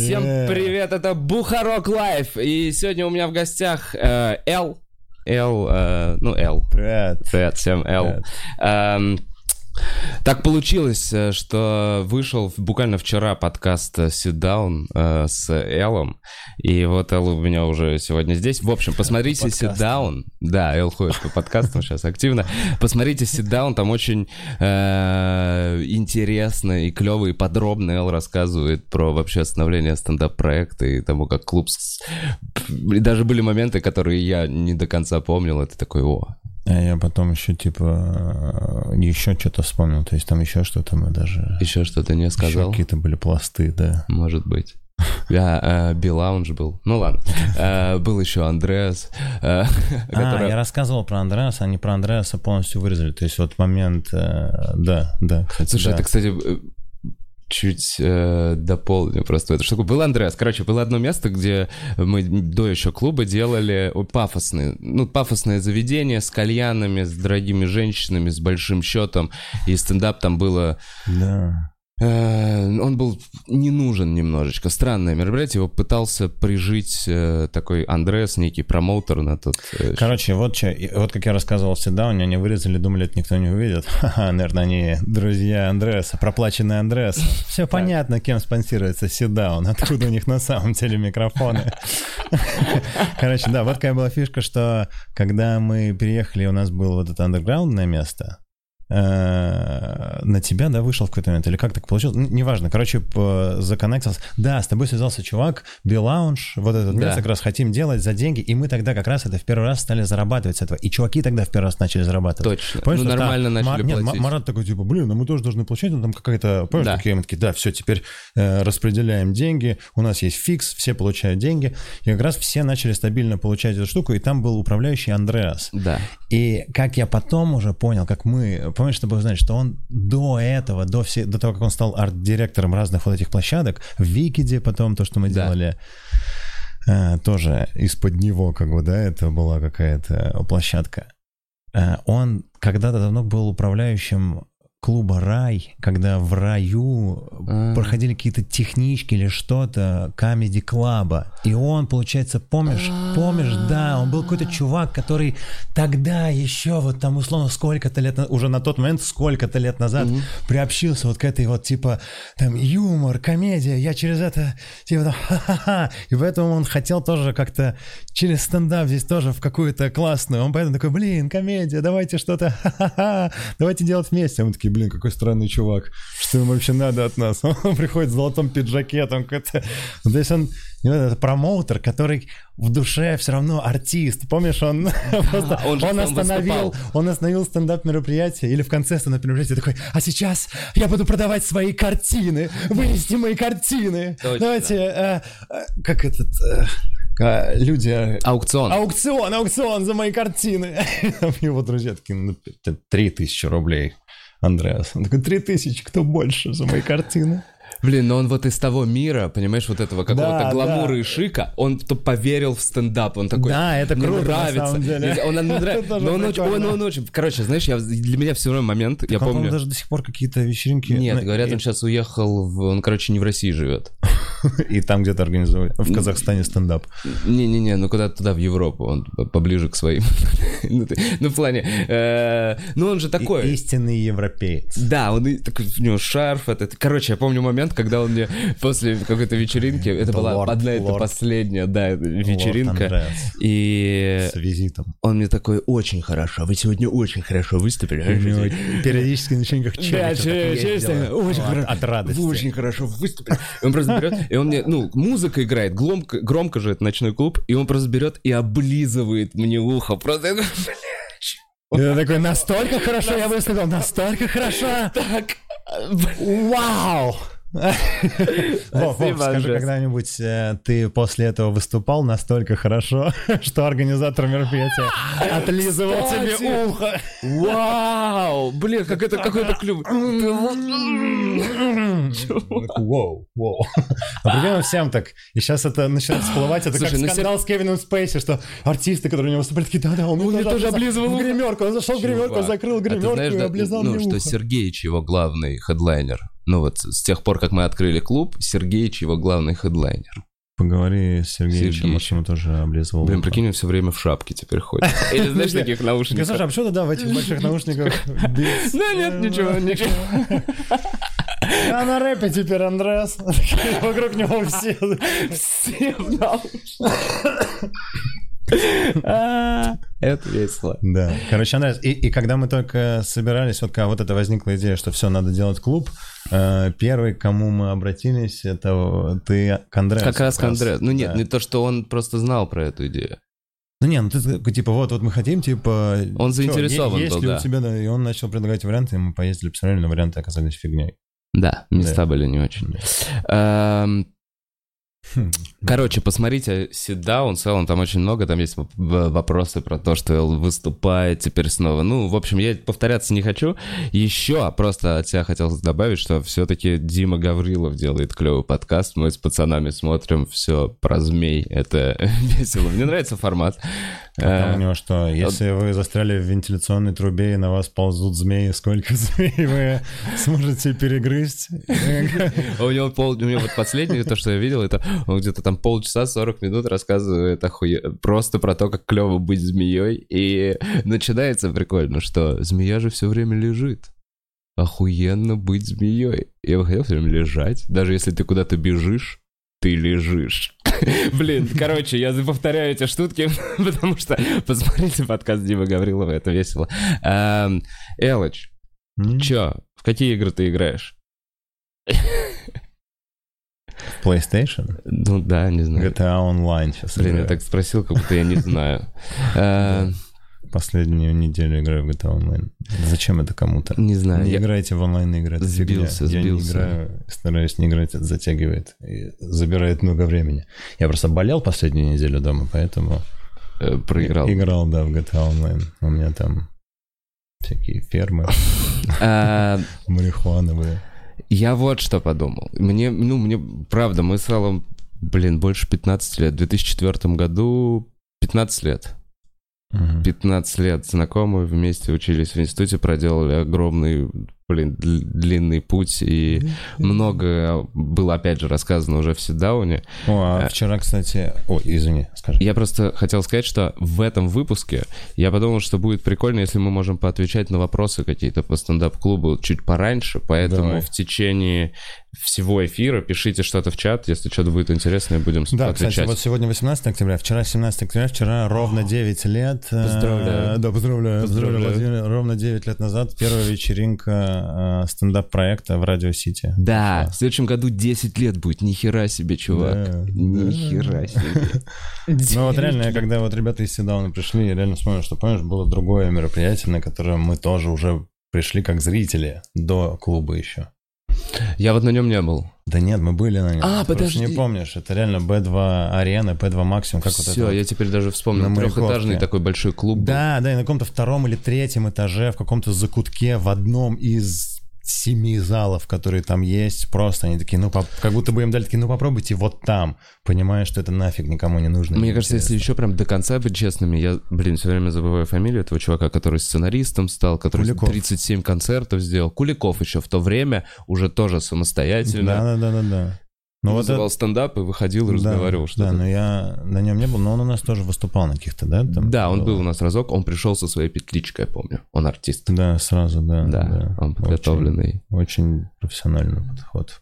Всем привет, это Бухарок Лайв. И сегодня у меня в гостях Эл. Эл. Привет, всем Эл. Так получилось, что вышел буквально вчера подкаст Sit Down с Эллом. И вот Эл у меня уже сегодня здесь. В общем, посмотрите Sit Down. Да, Эл ходит по подкастам сейчас активно. Посмотрите Sit Down, там очень интересно и клево, и подробно Эл рассказывает про вообще становление стендап-проекта и тому, как клуб... И даже были моменты, которые я не до конца помнил. Это такой, А я потом еще, еще что-то вспомнил. То есть там еще что-то мы даже... Еще что-то не сказал? Еще какие-то были пласты, да. Может быть. Би-лаунж был. Ну ладно. Был еще Андреас. Я рассказывал про Андреаса, они про Андреаса полностью вырезали. То есть вот момент... Да, кстати. Слушай, это, кстати... Чуть дополню просто эту штуку. Был Андреас. Короче, было одно место, где мы до еще клуба делали пафосное заведение с кальянами, с дорогими женщинами, с большим счетом. И стендап там было... Да. Он был не нужен немножечко. Странное мероприятие. Его пытался прижить такой Андреас, некий промоутер на тот... Короче, вот как я рассказывал всегда, у меня они вырезали, думали, это никто не увидит. Наверное, они друзья Андреаса, проплаченные Андреаса. Все понятно, кем спонсируется Sit Down, откуда у них на самом деле микрофоны. Короче, да, вот какая была фишка, что когда мы переехали, у нас было вот это андерграундное место, на тебя, да, вышел в какой-то момент, или как так получилось, неважно, короче, законнектился, да, с тобой связался чувак, Би-лаунж, вот этот место как раз хотим делать за деньги, и мы тогда как раз это в первый раз стали зарабатывать с этого, и чуваки тогда в первый раз начали зарабатывать. Точно, помнишь, нормально начали платить. Марат такой, мы тоже должны получать, там какая-то, помнишь, такие, мы такие, да, все, теперь распределяем деньги, у нас есть фикс, все получают деньги, и как раз все начали стабильно получать эту штуку, и там был управляющий Андреас. Да. И как я потом уже понял, как мы... Помнишь, чтобы узнать, что он до этого, до того, как он стал арт-директором разных вот этих площадок, в Викиде потом то, что мы делали, тоже из-под него, как бы, да, это была какая-то площадка. Он когда-то давно был управляющим клуба «Рай», когда в «Раю» проходили какие-то технички или что-то, комеди-клаба. И он, получается, помнишь, да, он был какой-то чувак, который тогда еще вот там условно сколько-то лет, уже на тот момент сколько-то лет назад приобщился вот к этой вот типа там юмор, комедия, я через это типа там ха-ха-ха. И поэтому он хотел тоже как-то через стендап здесь тоже в какую-то классную. Он поэтому такой, комедия, давайте что-то ха-ха-ха, давайте делать вместе. Мы такие, какой странный чувак, что ему вообще надо от нас? Он приходит в золотом пиджаке, там какой-то... То есть он это промоутер, который в душе все равно артист. Помнишь, он просто... Он остановил стендап-мероприятие, или в конце стендап-мероприятия такой, а сейчас я буду продавать свои картины, вынести мои картины. Точно. Давайте... Как этот... Люди... Аукцион за мои картины. Его друзья такие, 3000 рублей. Андреас. Он такой, 3000, кто больше за мои картины? Блин, но он вот из того мира, понимаешь, вот этого какого-то гламура и шика, он поверил в стендап, он такой, да, это круто, нравится. На самом деле. Он нравится, но он очень... Короче, знаешь, для меня все равно момент, я помню... Он даже до сих пор какие-то вечеринки... Нет, говорят, он сейчас уехал, он, короче, не в России живет. И там где-то организовывает, в Казахстане стендап. Не-не-не, ну куда-то туда, в Европу, он поближе к своим. Ну, в плане... Ну, он же такой... Истинный европеец. Да, он такой, у него шарф, короче, я помню момент, когда он мне после какой-то вечеринки, это была одна, это последняя, да, вечеринка, и с визитом. Он мне такой, очень хорошо, вы сегодня очень хорошо выступили. Периодически на вечеринках очень хорошо, от радости. Вы очень хорошо выступили. Он просто берет, и он мне, музыка играет, громко же это ночной клуб, и он просто берет и облизывает мне ухо, просто, я такой, настолько хорошо я выступил, настолько хорошо. Так. Вау! Вов, скажи, когда-нибудь ты после этого выступал настолько хорошо, что организатор мероприятия отлизывал тебе ухо? Вау! Блин, как это какой-то клюв. Воу. А прикинь, всем так. И сейчас это начинает всплывать. Это как скандал с Кевином Спейси, что артисты, которые у него выступали, такие, да, он мне тоже облизывал гримерку. Он зашел в гримерку, закрыл гримерку и облизал мне ухо. Ну, что Сергеич его главный хедлайнер. Ну вот с тех пор, как мы открыли клуб, Сергеич его главный хедлайнер. Поговори с Сергеичем, может, ему тоже облизывал. Блин, прикинь, он все время в шапке теперь ходит. Или знаешь, таких наушников. Слушай, а почему ты, в этих больших наушниках без... Да нет, ничего. А на рэпе теперь Андреас. Вокруг него все в наушниках. Это весело. Да. Короче, Андреас, и когда мы только собирались, вот когда вот эта возникла идея, что все, надо делать клуб, первый, к кому мы обратились, это ты к Андреасу. Как раз к Андреасу. Ну нет, не то, что он просто знал про эту идею. Ну не, ну ты типа вот мы хотим, типа... Он заинтересован был, да. Есть ли у тебя, да, и он начал предлагать варианты, и мы поездили, посмотрели, но варианты оказались фигней. Да, места были не очень. Короче, посмотрите Sit Down, в целом там очень много, там есть вопросы про то, что Эл выступает теперь снова. Ну, в общем, я повторяться не хочу. Еще просто от себя хотел добавить, что все-таки Дима Гаврилов делает клевый подкаст. Мы с пацанами смотрим все про змей. Это весело. Мне нравится формат. Там у него что, если вы застряли в вентиляционной трубе и на вас ползут змеи, сколько змей вы сможете перегрызть? У него вот последнее, то, что я видел, это он где-то там полчаса, 40 минут рассказывает просто про то, как клево быть змеей. И начинается прикольно, что змея же все время лежит. Охуенно быть змеей. Я бы хотел все время лежать. Даже если ты куда-то бежишь, ты лежишь. Блин, короче, я повторяю эти штутки, потому что посмотрите подкаст Димы Гаврилова, это весело. Элыч, чё, в какие игры ты играешь? PlayStation? Ну да, не знаю. GTA Online сейчас. Блин, я так спросил, как будто я не знаю. Последнюю неделю играю в GTA Online. Зачем это кому-то? Не знаю. Не играйте в онлайн-игры, это фигня. Я не играю, стараюсь не играть, это затягивает и забирает много времени. Я просто болел последнюю неделю дома, поэтому... Проиграл. Играл, да, в GTA Online. У меня там всякие фермы, марихуана, бля. Я вот что подумал. Мне, правда, мы с Аллом, больше 15 лет. В 2004 году 15 лет. 15 лет знакомы, вместе учились в институте, проделали огромный, длинный путь, и много было, опять же, рассказано уже в Сидауне. А вчера, кстати... Ой, извини, скажи. Я просто хотел сказать, что в этом выпуске я подумал, что будет прикольно, если мы можем поотвечать на вопросы какие-то по стендап-клубу чуть пораньше, поэтому Давай. в течение всего эфира пишите что-то в чат, если что-то будет интересное, будем отвечать. Да, кстати, вот сегодня 18 октября, вчера 17 октября, вчера ровно 9 лет. Поздравляю. Да, поздравляю. Владимир. Ровно 9 лет назад первая вечеринка стендап-проекта в Радио Сити. Да, в следующем году 10 лет будет. Нихера себе, чувак. Да, Нихера себе. Ну вот реально, когда вот ребята из Сидауна пришли, я реально вспомнил, что, помнишь, было другое мероприятие, на которое мы тоже уже пришли как зрители до клуба еще. Я вот на нем не был. Да нет, мы были на нем. Подожди. Не помнишь, это реально B2 Арена, B2 Максимум. Как Все, вот это я теперь даже вспомнил. на Трехэтажный Маяковке. такой большой клуб был. Да, и на каком-то втором или третьем этаже, в каком-то закутке, в одном из 7 залов, которые там есть, просто они такие, как будто бы им дали такие, попробуйте вот там, понимая, что это нафиг никому не нужно. Мне кажется, если еще прям до конца быть честными, я, все время забываю фамилию этого чувака, который сценаристом стал, который Куликов. 37 концертов сделал. Куликов еще в то время уже тоже самостоятельно. Да. Ну, вызывал стендап и выходил и разговаривал что-то. Да, но я на нем не был, но он у нас тоже выступал на каких-то, да? Да, он был у нас разок, он пришел со своей петличкой, я помню. Он артист. Да, сразу, да. Да, он подготовленный. Очень профессиональный подход.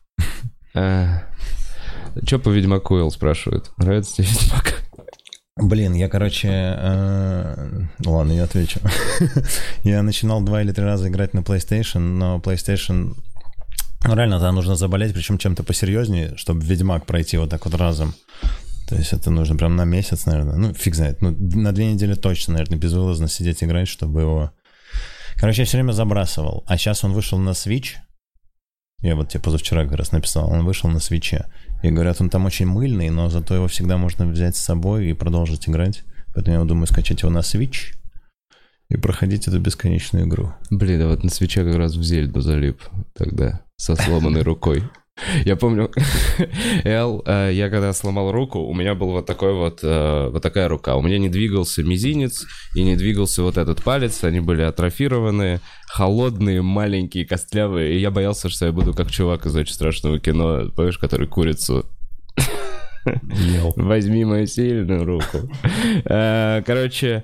Че по Ведьмаку, Эл спрашивает? Нравится тебе Ведьмак? Блин, я, ладно, я отвечу. Я начинал 2 или 3 раза играть на PlayStation, но PlayStation... реально, там нужно заболеть, причем чем-то посерьезнее, чтобы Ведьмак пройти вот так вот разом. То есть это нужно прям на месяц, наверное. Фиг знает. На 2 недели точно, наверное, безвылазно сидеть играть, чтобы его... Короче, я все время забрасывал. А сейчас он вышел на Switch. Я вот тебе позавчера как раз написал. Он вышел на Switch'е. И говорят, он там очень мыльный, но зато его всегда можно взять с собой и продолжить играть. Поэтому я думаю скачать его на Switch и проходить эту бесконечную игру. Блин, а вот на Switch'е как раз в Зельду залип тогда со сломанной рукой. Я помню, я когда сломал руку, у меня был вот такая рука. У меня не двигался мизинец и не двигался вот этот палец. Они были атрофированные, холодные, маленькие, костлявые. И я боялся, что я буду как чувак из «Очень страшного кино», помнишь, который курицу... Возьми мою сильную руку. Короче...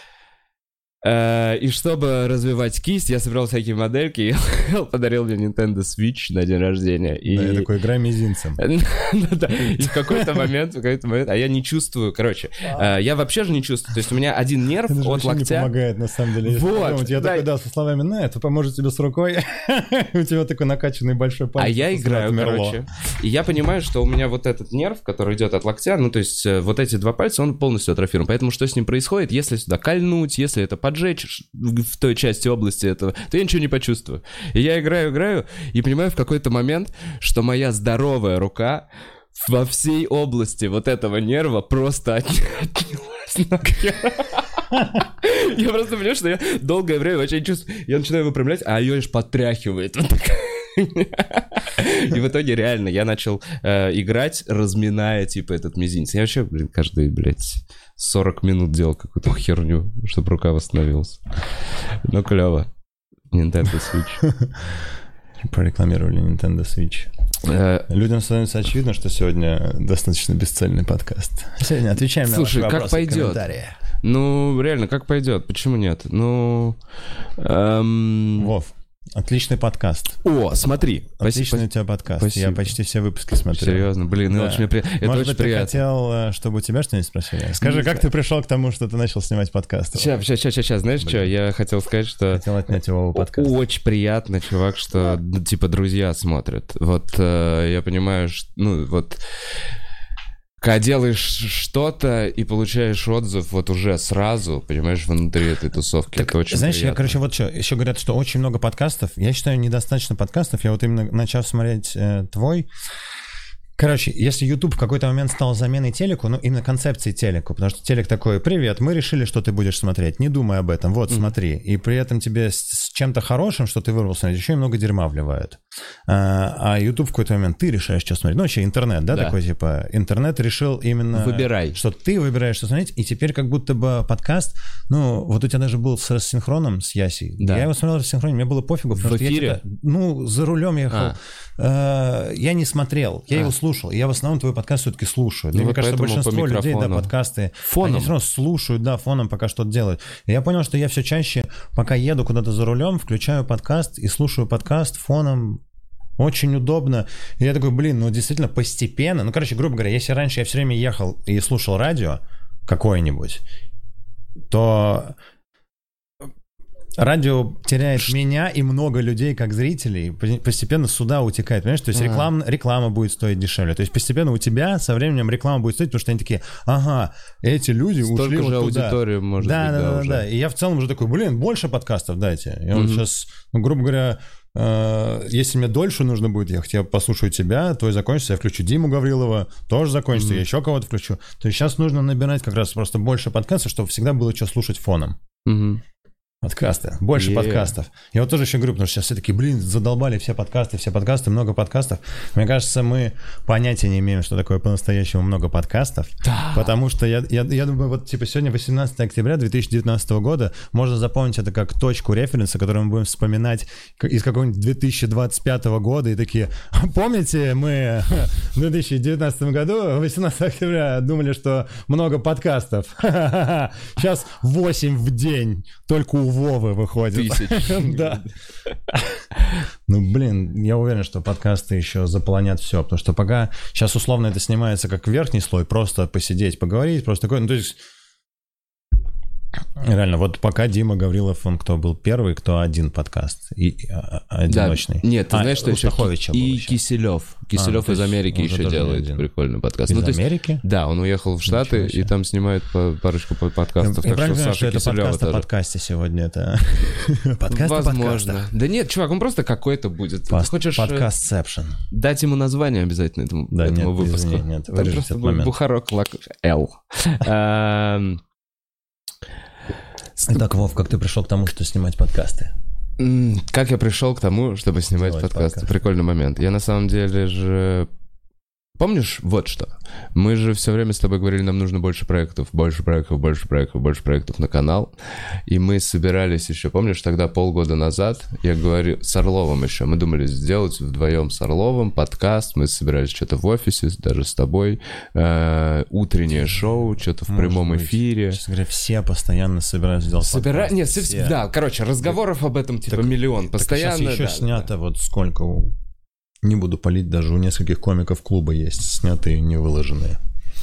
И чтобы развивать кисть, я собирал всякие модельки, и Эл подарил мне Nintendo Switch на день рождения. И... Да, я такой, играй мизинцем. Да, и в какой-то момент, а я не чувствую, короче, я вообще же не чувствую, то есть у меня один нерв от локтя. Это не помогает, на самом деле. Вот. Я такой, да, со словами, это поможет тебе с рукой, у тебя такой накачанный большой палец. А я играю, короче, и я понимаю, что у меня вот этот нерв, который идет от локтя, ну, то есть вот эти два пальца, он полностью атрофирован, поэтому что с ним происходит, если сюда кольнуть, если это поджечь в той части области этого, то я ничего не почувствую. И я играю, и понимаю в какой-то момент, что моя здоровая рука во всей области вот этого нерва просто отнялась нахер. Я просто понимаю, что я долгое время вообще не чувствую. Я начинаю выпрямлять, а ее лишь потряхивает. И в итоге реально я начал играть, разминая типа этот мизинец. Я вообще, каждый, 40 минут делал какую-то херню, чтобы рука восстановилась. Ну, клево. Nintendo Switch. Прорекламировали Nintendo Switch. Людям становится очевидно, что сегодня достаточно бесцельный подкаст. Сегодня отвечаем на ваши вопросы и комментарии. Ну, реально, как пойдет? Почему нет? Ну... Вов, отличный подкаст. О, смотри. Отличный у тебя подкаст. Спасибо. Я почти все выпуски смотрел. Серьезно? Блин, да. Это Может очень быть, приятно. ты хотел, чтобы у тебя что-нибудь спросили? Скажи, как ты пришел к тому, что ты начал снимать подкасты? Сейчас, знаешь что? Я хотел сказать, что... Хотел отнять его подкаст. Очень приятно, чувак, что, типа, друзья смотрят. Вот я понимаю, что, ну, вот... Когда делаешь что-то и получаешь отзыв вот уже сразу, понимаешь, внутри этой тусовки. Так, это очень знаешь, приятно. я, короче, вот что. Еще говорят, что очень много подкастов. Я считаю, недостаточно подкастов. Я вот именно начав смотреть твой... Короче, если YouTube в какой-то момент стал заменой телеку, ну, именно концепцией телеку, потому что телек такой: привет, мы решили, что ты будешь смотреть, не думай об этом, вот, смотри. И при этом тебе с чем-то хорошим, что ты вырвал смотреть, еще и много дерьма вливают. А YouTube в какой-то момент ты решаешь, что смотреть. Ну, вообще интернет, да, такой, типа, интернет решил именно... Выбирай. Что ты выбираешь, что смотреть, и теперь как будто бы подкаст, ну, вот у тебя даже был с рассинхроном, с Ясей. Да. Я его смотрел в рассинхроне, мне было пофигу, потому в эфире? Что я, за рулем ехал. Я не смотрел, я его слушал. Я в основном твой подкаст все-таки слушаю. Ну, мне кажется, большинство людей, да, подкасты, фоном. Они все равно слушают, да, фоном пока что-то делают. И я понял, что я все чаще, пока еду куда-то за рулем, включаю подкаст и слушаю подкаст фоном. Очень удобно. И я такой, блин, ну действительно постепенно. Ну, короче, грубо говоря, если раньше я все время ехал и слушал радио какое-нибудь, то... Радио теряет меня и много людей как зрителей, постепенно сюда утекает, понимаешь? То есть реклама будет стоить дешевле. То есть постепенно у тебя со временем реклама будет стоить, потому что они такие, ага, эти люди столько ушли вот туда. аудиторию может быть, Да. И я в целом уже такой, блин, больше подкастов дайте. И он сейчас, ну, грубо говоря, если мне дольше нужно будет ехать, я послушаю тебя, твой закончится, я включу Диму Гаврилова, тоже закончится, я еще кого-то включу. То есть сейчас нужно набирать как раз просто больше подкастов, чтобы всегда было что слушать фоном. Подкасты, больше подкастов. Я вот тоже еще говорю, потому что сейчас все такие, блин, задолбали все подкасты, много подкастов. Мне кажется, мы понятия не имеем, что такое по-настоящему много подкастов. Да. Потому что я думаю, вот типа сегодня 18 октября 2019 года, можно запомнить это как точку референса, которую мы будем вспоминать из какого-нибудь 2025 года и такие, помните, мы в 2019 году, 18 октября, думали, что много подкастов. Сейчас 8 в день, только у Вовы выходит. 1000. Да. Ну, блин, я уверен, что подкасты еще заполонят все, потому что пока сейчас условно это снимается как верхний слой, просто посидеть, поговорить, просто такой, ну, то есть реально, вот пока Дима Гаврилов, он кто был первый, кто один подкаст, и одиночный. Да. Нет, ты знаешь, что еще? И еще. Киселев из Америки еще делает прикольный подкаст. Из Америки? Да, он уехал в Штаты и там снимает парочку подкастов. Я так что Саша это Киселева подкаст о подкасте сегодня. Это подкаст о подкастах. Да нет, чувак, он просто какой-то будет. Ты хочешь подкастсепшн. Дать ему название обязательно этому выпуску? Нет, вырежешь этот момент. Бухарок Л. Итак, Вов, как ты пришел к тому, что снимать подкасты? Как я пришел к тому, чтобы снимать подкаст? Прикольный момент. Я на самом деле же... Помнишь вот что? Мы же все время с тобой говорили, нам нужно больше проектов на канал. И мы собирались еще, помнишь, тогда полгода назад, я говорю, с Орловым еще, мы думали сделать вдвоем с Орловым подкаст, мы собирались что-то в офисе, даже с тобой, утреннее шоу, что-то в прямом эфире. Честно говоря, все постоянно собираются делать подкаст. Нет, все. Да, короче, разговоров об этом типа миллион постоянно. Так сейчас еще снято вот сколько... Не буду палить, даже у нескольких комиков клуба есть снятые, не выложенные.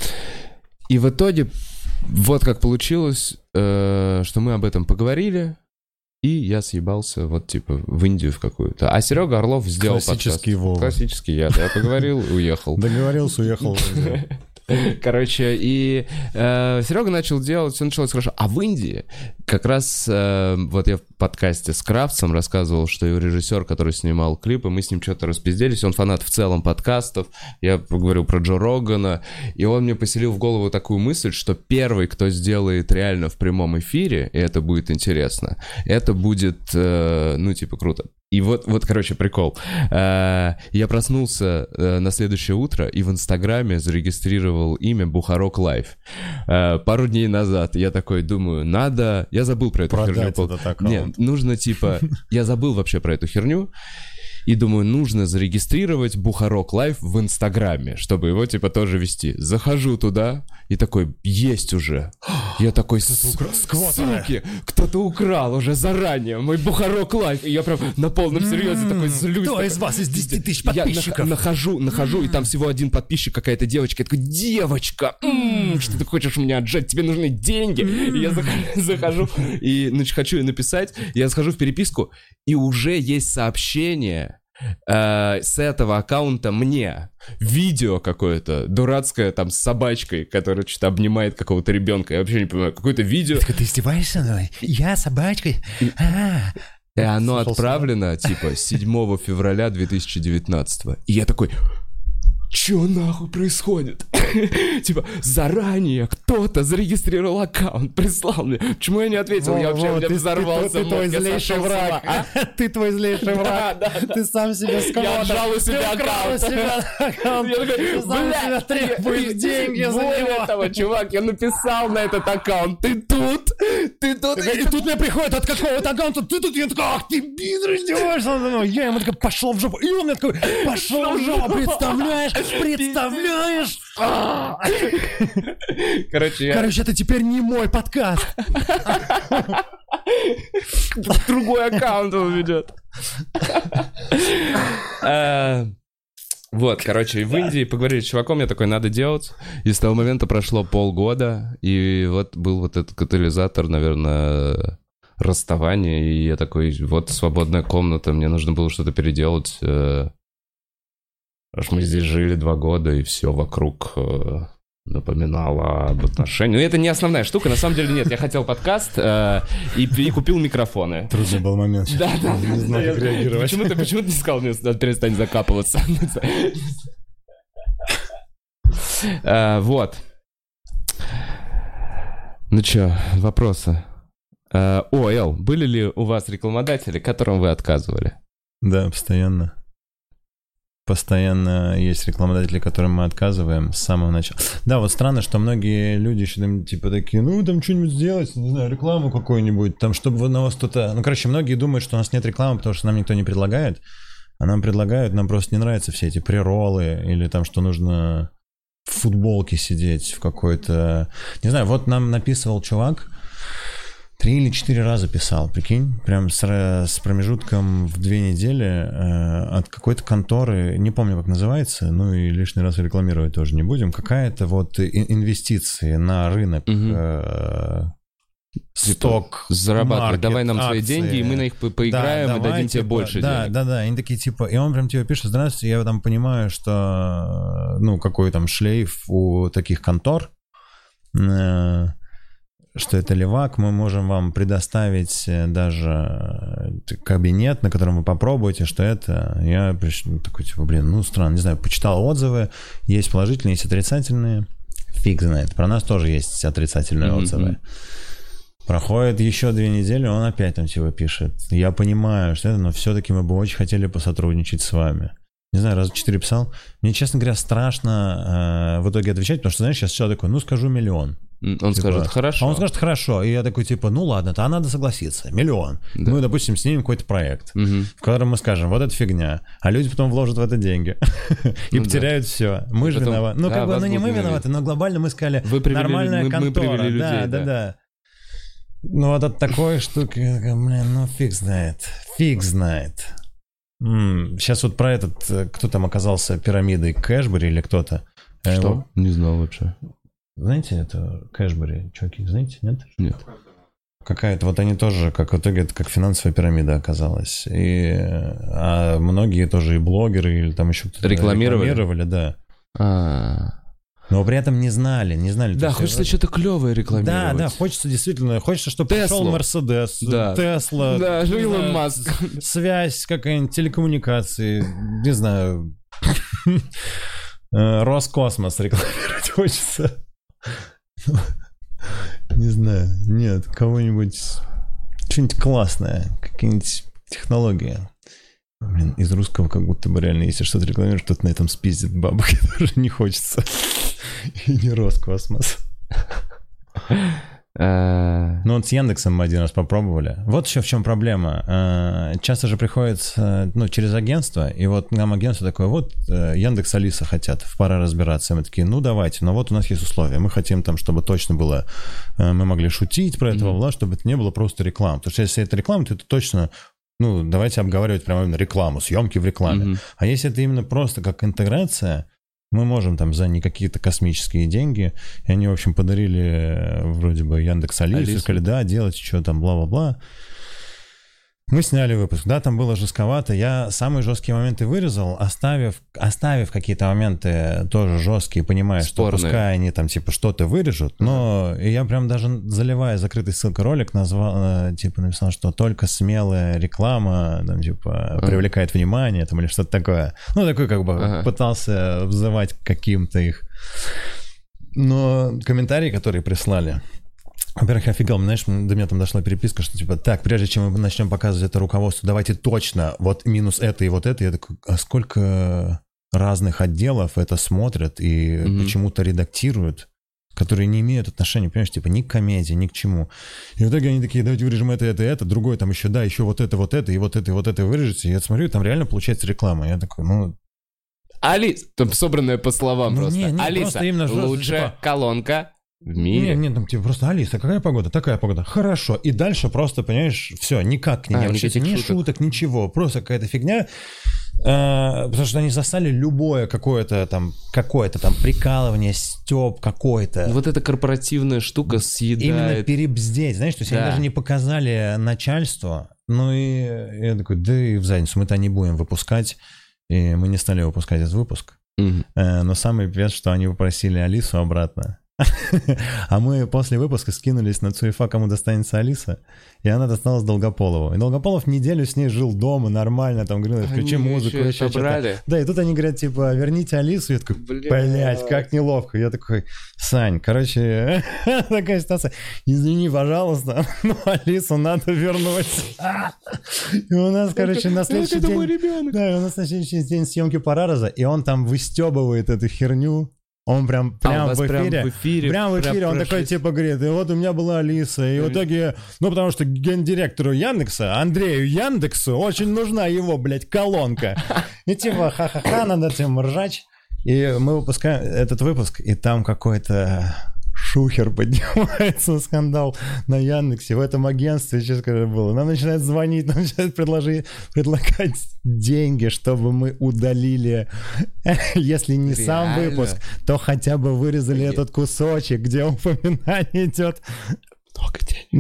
И в итоге вот как получилось, что мы об этом поговорили, и я съебался вот типа в Индию в какую-то. А Серега Орлов сделал классический подкаст. Вова. Классический я поговорил, уехал. Договорился, уехал в Индию. Короче, и Серега начал делать, все началось хорошо. А в Индии как раз вот я в подкасте с Кравцем рассказывал, что его режиссер, который снимал клипы, мы с ним что-то распизделись, он фанат в целом подкастов, я говорил про Джо Рогана, и он мне поселил в голову такую мысль, что первый, кто сделает реально в прямом эфире, и это будет интересно, это будет, ну, типа, круто. И вот, короче, прикол. Я проснулся на следующее утро и в Инстаграме зарегистрировал имя Бухарок Лайф. Пару дней назад я такой думаю, надо... Я забыл про эту херню. Нет, нужно типа... Я забыл вообще про эту херню. И думаю, нужно зарегистрировать Бухарок Лайф в Инстаграме, чтобы его типа тоже вести. Захожу туда и такой, есть уже. Я такой, суки, кто-то украл уже заранее мой Бухарок Лайф. И я прям на полном серьезе такой злюсь. Кто из вас из 10 тысяч подписчиков? Я нахожу, и там всего один подписчик, какая-то девочка. Я такой, девочка, что ты хочешь у меня отжать? Тебе нужны деньги. И я захожу, и хочу ей написать. Я захожу в переписку, и уже есть сообщение с этого аккаунта мне видео какое-то дурацкое там с собачкой, которая что-то обнимает какого-то ребенка. Я вообще не понимаю, какое-то видео. Ты издеваешься надо мной? Я собачкой? И оно отправлено типа 7 февраля 2019. И я такой... Чё нахуй происходит? Типа, заранее кто-то зарегистрировал аккаунт, прислал мне. Почему я не ответил? Я вообще взорвался. Ты твой злейший враг. Ты твой злейший враг. Ты сам себе сквот. Я отжал у себя аккаунт. Я такой, ты сам себя требуешь деньги за него. Того, чувак, я написал на этот аккаунт. Ты тут. И тут мне приходит от какого-то аккаунта. Ты тут. Я такой, ах ты, пидор, издеваешься. Я ему такой, пошел в жопу. И он мне такой, пошел в жопу, представляешь? Представляешь? Короче, это теперь не мой подкаст. Другой аккаунт он ведет. Вот, короче, и в Индии поговорили с чуваком, я такой, надо делать. И с того момента прошло полгода, и вот был вот этот катализатор, наверное, расставания. И я такой, вот свободная комната, мне нужно было что-то переделать. Аж мы здесь жили 2 года, и все вокруг напоминало об отношениях. Но это не основная штука, на самом деле нет. Я хотел подкаст и купил микрофоны. Трудный был момент. Да. Не знаю, как реагировать. Почему ты не сказал мне, перестань закапываться? Вот. Ну чё, вопросы? Эл, были ли у вас рекламодатели, которым вы отказывали? Да, постоянно. Постоянно есть рекламодатели, которым мы отказываем с самого начала. Да, вот странно, что многие люди еще там типа такие, ну там что-нибудь сделать, не знаю, рекламу какую-нибудь, там, чтобы на вас кто-то... Ну, короче, многие думают, что у нас нет рекламы, потому что нам никто не предлагает, а нам предлагают, нам просто не нравятся все эти прероллы, или там, что нужно в футболке сидеть в какой-то... Не знаю, вот нам написывал чувак, 3 или 4 раза писал, прикинь, прям с промежутком в 2 недели от какой-то конторы, не помню, как называется, ну и лишний раз рекламировать тоже не будем, какая-то вот инвестиции на рынок, сток, зарабатывать, маркет, давай нам акции. свои деньги, и мы на них поиграем, да, и дадим тебе типа, больше денег. Да, они такие типа, и он прям тебе пишет, здравствуйте, я там понимаю, что, ну, какой там шлейф у таких контор, что это левак, мы можем вам предоставить даже кабинет, на котором вы попробуете, что это. Я такой, типа, блин, ну странно, не знаю, почитал отзывы, есть положительные, есть отрицательные. Фиг знает, про нас тоже есть отрицательные отзывы. Проходит еще 2 недели, он опять там типа пишет. Я понимаю, что это, но все-таки мы бы очень хотели посотрудничать с вами. Не знаю, раза 4 писал. Мне, честно говоря, страшно в итоге отвечать, потому что, знаешь, сейчас все такое, скажу 1 миллион. Он типа, скажет хорошо. А он скажет хорошо. И я такой, типа, ладно, то надо согласиться. 1 миллион. Да. Мы, допустим, снимем какой-то проект, в котором мы скажем, вот это фигня. А люди потом вложат в это деньги. И потеряют все. Мы же виноваты. Ну, как бы, не мы виноваты, но глобально мы сказали, нормальная контора. Мы привели людей, да. Ну, вот от такой штуки, блин, фиг знает. Сейчас вот про этот, кто там оказался пирамидой, Кэшбери или кто-то. Что? Не знал вообще. Знаете, это Кэшбери, чуваки, знаете, нет? Нет. Какая-то, вот они тоже, как в итоге, это как финансовая пирамида оказалась. А многие тоже и блогеры, или там еще кто-то рекламировали, да. Но при этом не знали. Да, хочется что-то клевое рекламировать. Да, хочется действительно, чтобы пришел Мерседес, Тесла, Илон Маск. Связь какая-нибудь, телекоммуникации, не знаю, Роскосмос рекламировать хочется. Не знаю, нет, кого-нибудь, что-нибудь классное, какие-нибудь технологии. Блин, из русского как будто бы реально, если что-то рекламируешь, кто-то на этом спиздит бабок, тоже не хочется. И не Роскосмос. Ну, вот с Яндексом мы 1 раз попробовали. Вот еще в чем проблема. Часто же приходится, через агентство, и вот нам агентство такое, вот Яндекс, Алиса хотят, пора разбираться. И мы такие, давайте, но вот у нас есть условия. Мы хотим там, чтобы точно было, мы могли шутить про этого, чтобы это не было просто реклама. Потому что если это реклама, то это точно... давайте обговаривать прямо именно рекламу, съемки в рекламе. А если это именно просто как интеграция, мы можем там за не какие-то космические деньги, и они, в общем, подарили вроде бы Яндекс Алису, сказали, да, делать что там, бла-бла-бла. Мы сняли выпуск, да, там было жестковато. Я самые жесткие моменты вырезал, оставив какие-то моменты тоже жесткие, понимая, что пускай они там типа что-то вырежут, но я прям даже заливая закрытой ссылкой ролик написал, что только смелая реклама там типа привлекает внимание там или что-то такое. Такой как бы пытался взывать к каким-то их. Но комментарии, которые прислали, во-первых, я офигел, знаешь, до меня там дошла переписка, что типа, так, прежде чем мы начнем показывать это руководству, давайте точно вот минус это и вот это. Я такой, а сколько разных отделов это смотрят и почему-то редактируют, которые не имеют отношения, понимаешь, типа ни к комедии, ни к чему. И в итоге они такие, давайте вырежем это, другое там еще, да, еще вот это, и вот это вырежете. И я смотрю, там реально получается реклама. Я такой, Алис, там собранное по словам просто. Алиса, просто именно лучшая типа... колонка в мире. Нет, там типа просто Алиса, какая погода? Такая погода. Хорошо. И дальше просто, понимаешь, все, никак к ней не обращайся, ни шуток, ничего. Просто какая-то фигня. Потому что они застали любое какое-то там прикалывание, стёб какой-то. Вот эта корпоративная штука съедает. Именно перебздеть, знаешь, то есть они даже не показали начальству. И я такой, да и в задницу, мы-то не будем выпускать. И мы не стали выпускать этот выпуск. Но самый пипец, что они попросили Алису обратно. А мы после выпуска скинулись на Цуефа, кому достанется Алиса, и она досталась Долгополову. И Долгополов неделю с ней жил дома, нормально, там говорил, включи музыку, еще что-то. Да, и тут они говорят, типа, верните Алису. Я такой, блядь, как неловко. Я такой, Сань, короче, такая ситуация. Извини, пожалуйста, но Алису надо вернуть. И у нас, короче, на следующий день... Да, и у нас на следующий день съемки Парараза, и он там выстебывает эту херню. Он прям в эфире, он такой типа говорит, и вот у меня была Алиса, и в итоге, потому что гендиректору Яндекса, Андрею Яндексу, очень нужна его, блядь, колонка. И типа ха-ха-ха, над этим ржач. И мы выпускаем этот выпуск, и там какой-то шухер поднимается, скандал на Яндексе, в этом агентстве, сейчас скажу, было. Нам начинают звонить, нам начинают предлагать деньги, чтобы мы удалили, если не сам выпуск, то хотя бы вырезали этот кусочек, где упоминание идет. Много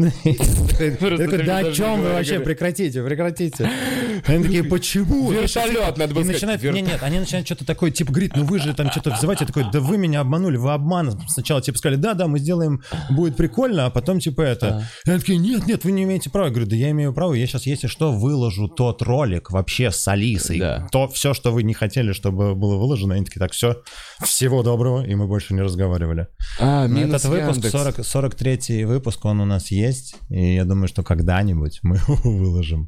денег. Да о чем вы вообще? Прекратите. Они такие, почему? Вертолет, надо было сказать. Нет, они начинают что-то такое, типа, говорит, вы же там что-то взываете. Я такой, да вы меня обманули, вы обман. Сначала типа сказали, да, мы сделаем, будет прикольно, а потом типа это. И они такие, нет, вы не имеете права. Я говорю, да я имею право, я сейчас, если что, выложу тот ролик вообще с Алисой. То все, что вы не хотели, чтобы было выложено. Они такие, так, все, всего доброго, и мы больше не разговаривали. Минус этот выпуск, 43-й выпуск, выпуск, он у нас есть, и я думаю, что когда-нибудь мы его выложим.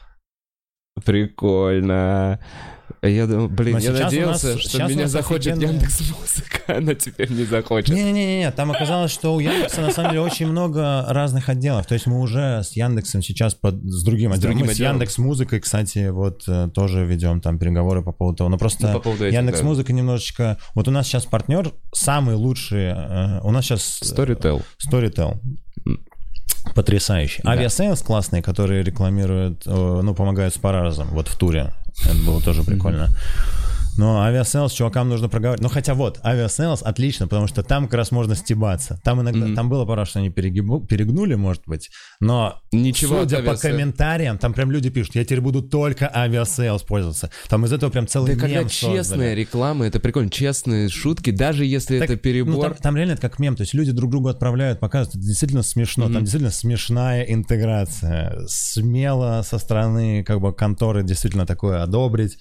Прикольно. Я думаю, блин, я надеялся, нас, что меня захочет Яндекс.Музыка, но теперь не захочет. Не-не-не, там оказалось, что у Яндекса на самом деле очень много разных отделов. То есть мы уже с Яндексом сейчас с другим отделом. Мы с Яндекс.Музыкой, кстати, вот тоже ведем там переговоры по поводу того. Но просто Яндекс.Музыка немножечко... Вот у нас сейчас партнер самый лучший... У нас сейчас... Storytel. Потрясающий. Да. Авиасейлс классный, который рекламирует, помогает с паразом, вот в туре. Это было тоже прикольно. Но авиасейлс чувакам нужно проговаривать. Ну хотя вот, авиасейлс отлично, потому что там как раз можно стебаться. Там иногда, там было пора, что они перегнули, может быть. Но ничего, судя по комментариям, там прям люди пишут, я теперь буду только авиасейлс пользоваться. Там из этого прям целый мем когда честная реклама, это прикольно. Честные шутки, даже если так, это перебор. Там реально это как мем, то есть люди друг другу отправляют, показывают, это действительно смешно. Там действительно смешная интеграция. Смело со стороны как бы конторы действительно такое одобрить.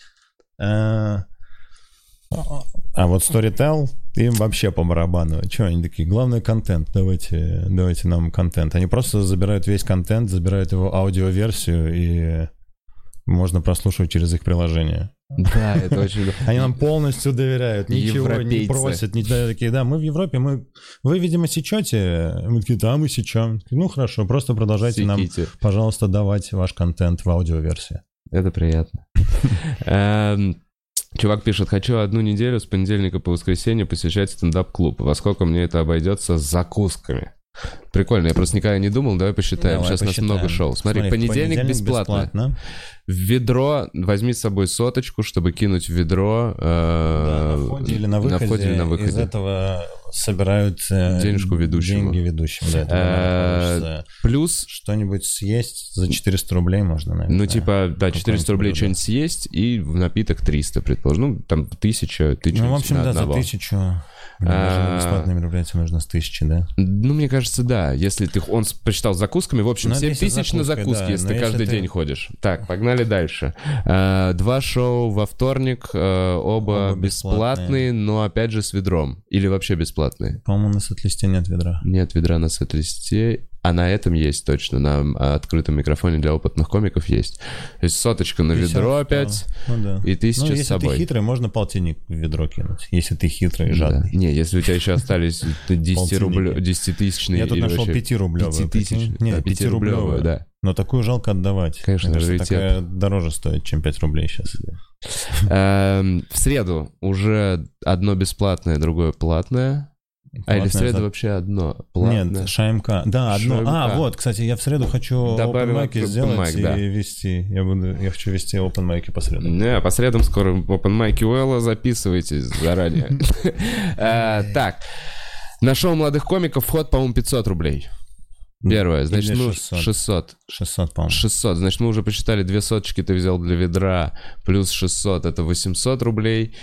А вот Storytel, им вообще по барабану. Что они такие? Главное контент, давайте нам контент. Они просто забирают весь контент, забирают его аудиоверсию, и можно прослушивать через их приложение. Да, это очень... Они нам полностью доверяют, ничего не просят. Такие, да, мы в Европе, вы, видимо, сечете. Мы такие, да, мы сечем. Ну, хорошо, просто продолжайте нам, пожалуйста, давать ваш контент в аудиоверсии. Это приятно. Чувак пишет, хочу 1 неделю с понедельника по воскресенье посещать стендап-клуб. Во сколько мне это обойдется с закусками? Прикольно, я просто никогда не думал, давай посчитаем. Сейчас у нас много шоу. Смотри, понедельник бесплатно. В ведро возьми с собой 100, чтобы кинуть в ведро. На входе или на выходе. Из этого собирают денежку ведущему. Деньги ведущим, плюс что-нибудь съесть за 400 рублей можно, наверное. Ну, типа, да, 400 рублей что-нибудь съесть, и в напиток 300, предположим. Ну, там 1000. Ну, в общем, да, за 1000. Даже на бесплатные мероприятия нужно с 1000, да? Ну, мне кажется, да. Если он посчитал закусками, в общем, 7000 на закуски, если ты каждый день ходишь. Так, погнали дальше. 2 шоу во вторник, оба бесплатные, но опять же с ведром. Или вообще бесплатные? По-моему, на сет-листе нет ведра. Нет ведра на сет-листе. А на этом есть точно, на открытом микрофоне для опытных комиков есть. То есть 100 на ведро опять, и 1000 с собой. Если ты хитрый, можно полтинник в ведро кинуть, если ты хитрый и жадный. Да. Не, если у тебя еще остались 10-тысячные. Я тут нашел 5-рублевую. 5000. Нет, 5-рублевую, да. Но такую жалко отдавать. Конечно, такая дороже стоит, чем 5 рублей сейчас. В среду уже одно бесплатное, другое платное. Или в среду вообще одно платное? Нет, ШМК. Да, одно. ШМК. Вот, кстати, я в среду хочу open-майки сделать и вести. Я хочу вести open-майки по средам. Не, по средам скоро open-майки Уэлла, записывайтесь заранее. Так, на шоу молодых комиков вход, по-моему, 500 рублей. Первое, значит, 600. 600, по-моему. 600, значит, мы уже посчитали, 2 соточки ты взял для ведра, плюс 600, это 800 рублей.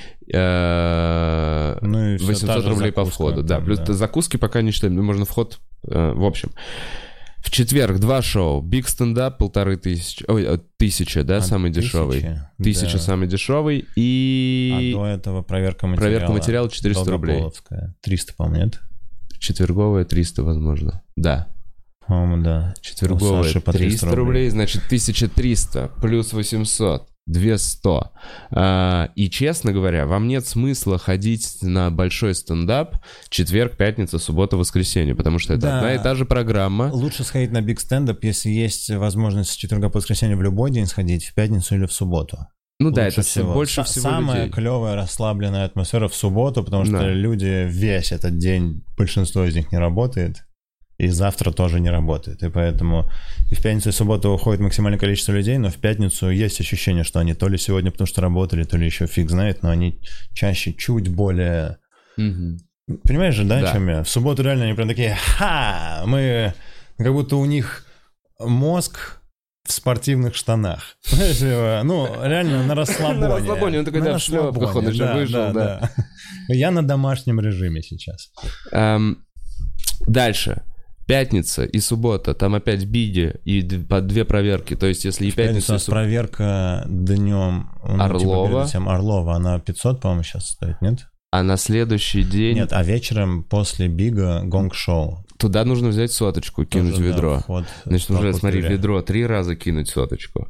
800 рублей по входу, да. Плюс закуски пока не считаем, можно вход, в общем. В четверг 2 шоу. Big Stand-Up 1500. Ой, 1000, да, самый дешевый. 1000 самый дешевый. И... А до этого проверка материала. Проверка материала 400 рублей. 300, по-моему, нет? Четверговая 300, возможно. Да. По-моему, да. Четверговая 300 рублей, значит 1300 плюс 800. 200. И, честно говоря, вам нет смысла ходить на большой стендап четверг, пятница, суббота, воскресенье, потому что это одна и та же программа. Лучше сходить на биг стендап, если есть возможность с четверга по воскресенье в любой день сходить, в пятницу или в субботу. Ну лучше да, это всего. Больше всего самая людей. Клевая расслабленная атмосфера в субботу, потому что люди весь этот день, большинство из них не работает. И завтра тоже не работает. И поэтому и в пятницу и субботу уходит максимальное количество людей, но в пятницу есть ощущение, что они то ли сегодня потому что работали, то ли еще фиг знает, но они чаще чуть более... Понимаешь же, да, о чем я? В субботу реально они прям такие, мы... Как будто у них мозг в спортивных штанах. Ну, реально на расслабоне. На расслабоне, он такой, да, в шлепках он уже вышел, да. Я на домашнем режиме сейчас. Дальше. Пятница и суббота, там опять биги и по 2 проверки. То есть, если и пятница... проверка днем... Орлова. Орлова, она 500, по-моему, сейчас стоит, нет? А на следующий день... Нет, а вечером после бига гонг-шоу. Туда нужно взять соточку, кинуть в ведро. Да, значит, уже, смотри, в ведро 3 раза кинуть соточку.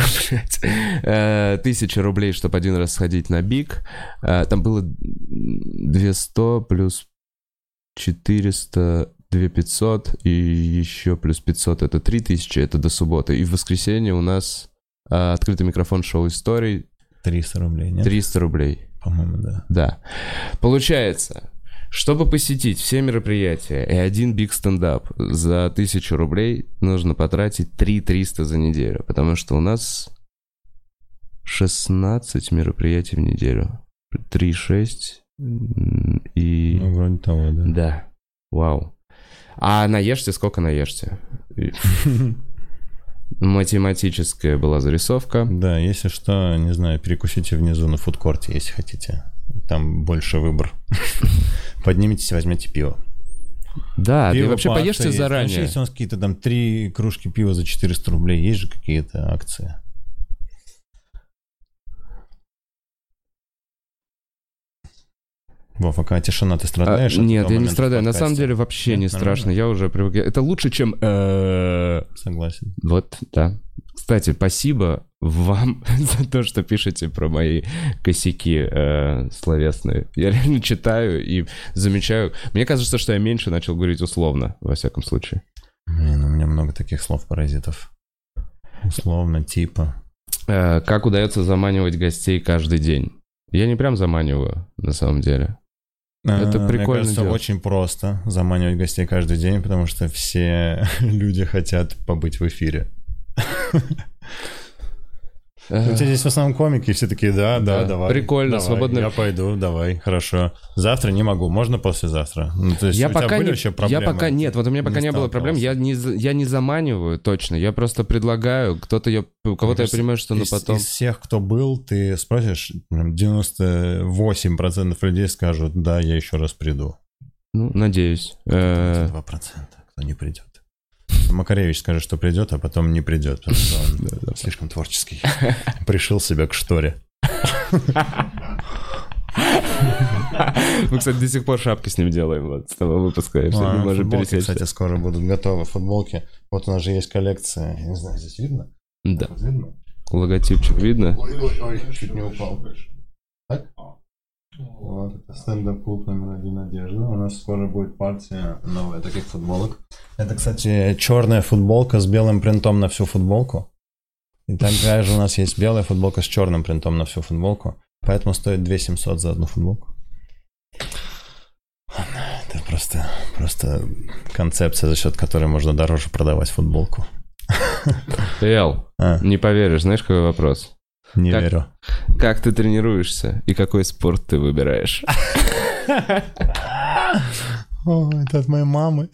1000 рублей, чтобы 1 раз сходить на Биг. Там было 200 плюс 400, 2500 и еще плюс 500. Это 3000, это до субботы. И в воскресенье у нас открытый микрофон шоу историй. 300 рублей, нет? 300 рублей. По-моему, да. Да. Получается, чтобы посетить все мероприятия и 1 биг стендап за 1000 рублей, нужно потратить 3300 за неделю, потому что у нас 16 мероприятий в неделю. 3-6 и... Ну, вроде того, да. Да. Вау. А наешься, сколько наешься? Математическая была зарисовка. Да, если что, не знаю, перекусите внизу на фудкорте, если хотите. Там больше выбор. Поднимитесь, возьмите пиво. Да, ты вообще поешьте заранее. Если у нас какие-то там 3 кружки пива за 400 рублей, есть же какие-то акции. Вов, пока тишина, ты страдаешь? Нет, я не страдаю. На самом деле вообще не страшно. Я уже привык. Это лучше, чем... Согласен. Вот, да. Кстати, спасибо вам за то, что пишете про мои косяки словесные. Я реально читаю и замечаю. Мне кажется, что я меньше начал говорить условно, во всяком случае. Блин, у меня много таких слов-паразитов. Условно, типа. Как удается заманивать гостей каждый день? Я не прям заманиваю, на самом деле. Это прикольно. Мне кажется, делать. очень просто заманивать гостей каждый день, потому что все люди хотят побыть в эфире. У тебя здесь в основном комики, и все такие, да, давай. Прикольно, давай, свободно. Я пойду, давай, хорошо. Завтра не могу, можно послезавтра? Ну, то есть у тебя были вообще проблемы? Нет, вот у меня пока не было проблем, я не заманиваю точно, я просто предлагаю, у кого-то я понимаю, что на потом... Из всех, кто был, ты спросишь, 98% людей скажут, да, я еще раз приду. Ну, надеюсь. 2%, кто не придет. Макаревич скажет, что придет, а потом не придет, потому что он слишком творческий. Пришил себя к шторе. Мы, кстати, до сих пор шапки с ним делаем, вот, с того выпуска. Не можем футболки, кстати, скоро будут готовы, футболки. Вот у нас же есть коллекция, я не знаю, здесь видно? Да. Вот видно? Логотипчик видно? Ой, чуть не упал. Так? Вот, это стендап-клуб номер 1 одежда. У нас скоро будет партия новая таких футболок. Это, кстати, черная футболка с белым принтом на всю футболку. И такая же у нас есть белая футболка с черным принтом на всю футболку. Поэтому стоит 2700 за одну футболку. Это просто концепция, за счет которой можно дороже продавать футболку. Эл, не поверишь, знаешь, какой вопрос? Не верю. Как ты тренируешься и какой спорт ты выбираешь? О, это от моей мамы.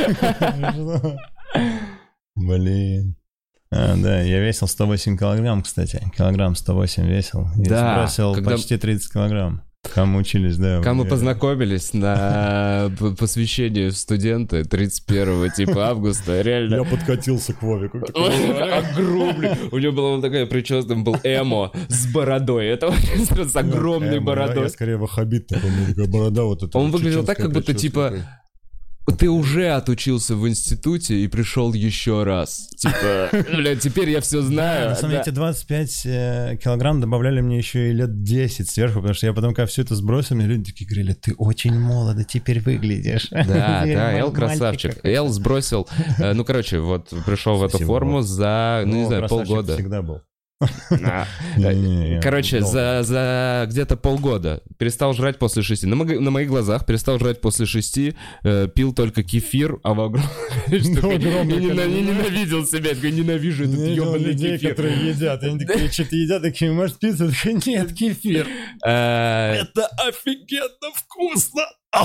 Блин. Да, я весил 108 килограмм, кстати. Килограмм 108 весил. Я сбросил почти 30 килограмм. Пока мы учились, да. Когда мы познакомились на посвящении студента 31 типа августа, реально... Я подкатился к Вовику. Огромный. У него была такая прическа, там был эмо с бородой. Это с огромной бородой. Я скорее ваххабит такой, у меня такая борода вот эта. Он выглядел так, как будто типа... Ты уже отучился в институте и пришел еще раз. Типа, блядь, теперь я все знаю. На самом деле, эти 25 килограмм добавляли мне еще и лет 10 сверху, потому что я потом, когда все это сбросил, мне люди такие говорили, ты очень молодо теперь выглядишь. Да, Эл красавчик. Эл сбросил, вот пришел в эту форму за, не знаю, полгода. Всегда был. Короче, за где-то полгода перестал жрать после 6. На моих глазах перестал жрать после 6, пил только кефир, а в огромном количестве. Я ненавидел себя, я ненавижу этот ебаный людей, кефир. Которые едят, они такие что-то едят, такие, может, пицца? Нет, кефир. Это офигенно вкусно.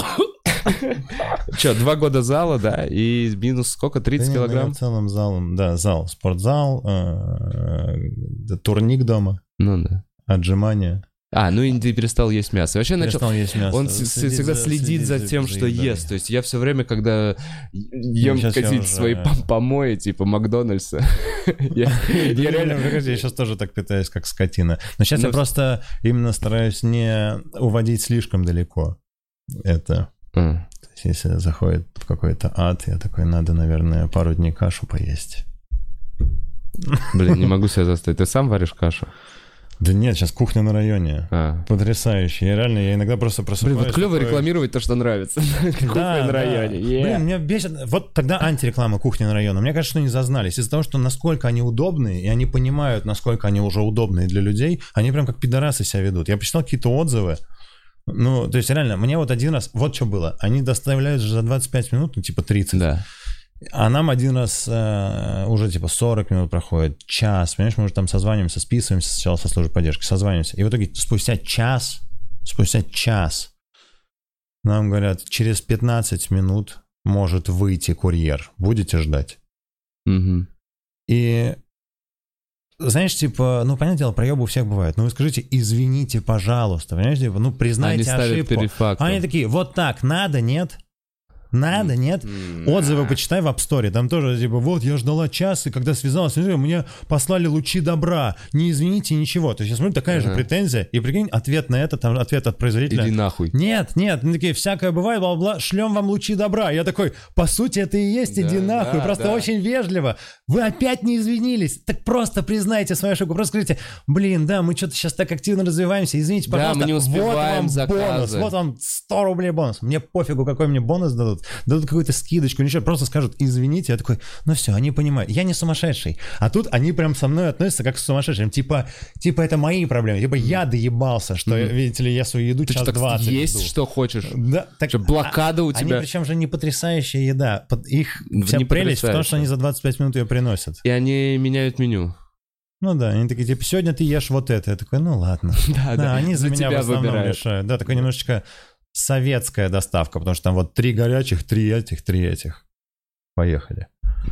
Че, 2 года зала, да, и минус сколько, 30 килограмм? В целом залом, да, зал, спортзал, турник дома. Ну да. Отжимания. И ты перестал есть мясо. Вообще перестал есть мясо. Он всегда следит за тем, что ест. То есть я все время, когда ем какие-то свои помои, типа Макдональдса, я реально... Я сейчас тоже так питаюсь, как скотина. Но сейчас я просто именно стараюсь не уводить слишком далеко это. То есть, если заходит в какой-то ад, я такой, надо, наверное, пару дней кашу поесть. Блин, не могу себя заставить. Ты сам варишь кашу? Да нет, сейчас кухня на районе. Потрясающе. Я иногда просто просыпаюсь. Блин, вот клево рекламировать то, что нравится. Кухня на районе. Блин, меня бесит. Вот тогда антиреклама кухни на районе. Мне кажется, что они зазнались. Из-за того, что насколько они удобные, и они понимают, насколько они уже удобные для людей, они прям как пидорасы себя ведут. Я почитал какие-то отзывы. Ну, то есть реально, мне вот один раз, вот что было. Они доставляют же за 25 минут, ну, типа 30. Да. А нам один раз уже типа 40 минут проходит, час, понимаешь, мы уже там созваниваемся, списываемся сначала со службой поддержки, созваниваемся. И в итоге спустя час нам говорят, через 15 минут может выйти курьер. Будете ждать? Угу. И знаешь, типа, ну, понятное дело, проебы у всех бывают. Но вы скажите, извините, пожалуйста, понимаете, типа, ну, признайте ошибку. Они такие, вот так, надо, нет? Надо, нет? Отзывы почитай в App Store. Там тоже, типа, вот, я ждала час, и когда связалась, мне послали лучи добра. Не извините, ничего. То есть, я смотрю, такая же претензия. И прикинь, ответ на это, там, ответ от производителя. Иди нахуй. Нет, они такие, всякое бывает, бла-бла, шлем вам лучи добра. Я такой, по сути, это и есть, иди нахуй. Просто очень вежливо. Вы опять не извинились. Так просто признайте свою ошибку. Просто скажите, блин, да, мы что-то сейчас так активно развиваемся. Извините, пожалуйста. Да, мы не успеваем вот вам бонус. Вот вам 100 рублей бонус. Мне пофигу, какой мне бонус дадут какую-то скидочку, ничего, просто скажут, извините, я такой, ну все, они понимают, я не сумасшедший, а тут они прям со мной относятся как к сумасшедшим, типа это мои проблемы, типа я доебался, что, видите ли, я свою еду час 20 есть жду. Что хочешь, да, так, что блокада у тебя. Они причем же не потрясающая еда, их вся не прелесть в том, что они за 25 минут ее приносят. И они меняют меню. Ну да, они такие, типа, сегодня ты ешь вот это, я такой, ну ладно. Да, они за меня в основном решают, да, такой немножечко советская доставка, потому что там вот 3 горячих, 3 этих. Поехали.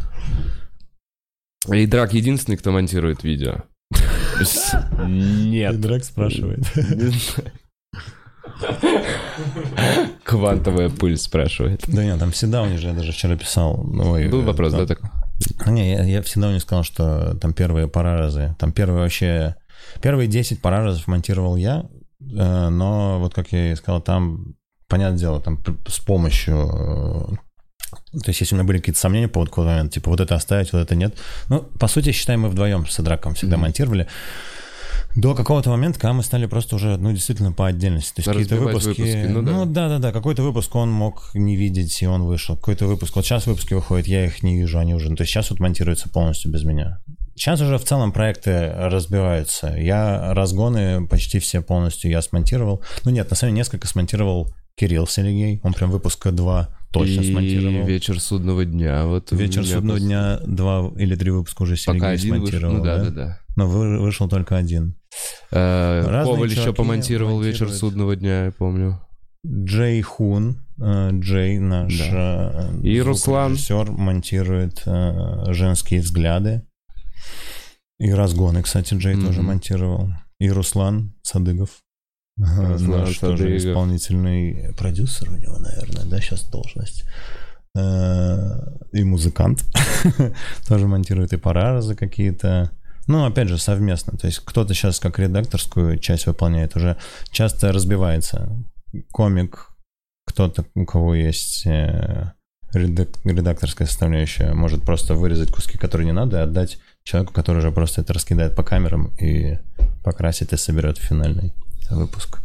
И Драк единственный, кто монтирует видео. Нет. И Драк спрашивает. Квантовая пыль спрашивает. Да нет, там всегда у них же, я даже вчера писал. Был вопрос, да, такой? Не, я всегда у них сказал, что там первые параразы, там первые 10 параразов монтировал я, но вот как я и сказал, там, понятное дело, там с помощью... То есть, если у меня были какие-то сомнения по какому-то моменту, типа, вот это оставить, вот это нет. Ну, по сути, считай, мы вдвоем с Драком всегда монтировали. До какого-то момента, когда мы стали просто уже, ну, действительно, по отдельности. То есть, какие-то выпуски... Ну, да. Какой-то выпуск он мог не видеть, и он вышел. Какой-то выпуск... Вот сейчас выпуски выходят, я их не вижу, они уже... То есть, сейчас вот монтируются полностью без меня. Сейчас уже в целом проекты разбиваются. Я разгоны почти все полностью я смонтировал. Ну нет, на самом деле несколько смонтировал Кирилл Селигей. Он прям выпуска 2 точно смонтировал. И «Вечер судного дня». Вот «Вечер судного дня» 2 или 3 выпуска уже Селигей смонтировал. Вышел. Ну да. Но вышел только один. Коваль еще помонтировал «Вечер судного дня», я помню. Джей Хун, Джей наш и Руслан режиссер, монтирует «Женские взгляды». И разгоны, кстати, Джей тоже монтировал. И Руслан Садыгов. Наш тоже исполнительный продюсер у него, наверное, да, сейчас должность. И музыкант. Тоже монтирует и параразы какие-то. Ну, опять же, совместно. То есть кто-то сейчас как редакторскую часть выполняет, уже часто разбивается. Комик, кто-то, у кого есть редакторская составляющая, может просто вырезать куски, которые не надо, и отдать человеку, который уже просто это раскидает по камерам и покрасит и соберет финальный выпуск.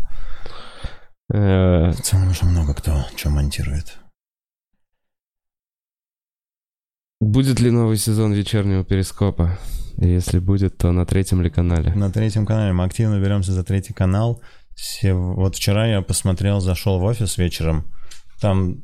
В целом уже много кто что монтирует. Будет ли новый сезон вечернего перископа? Если будет, то на 3-м ли канале? На 3-м канале. Мы активно беремся за 3-й канал. Вот вчера я посмотрел, зашел в офис вечером. Там,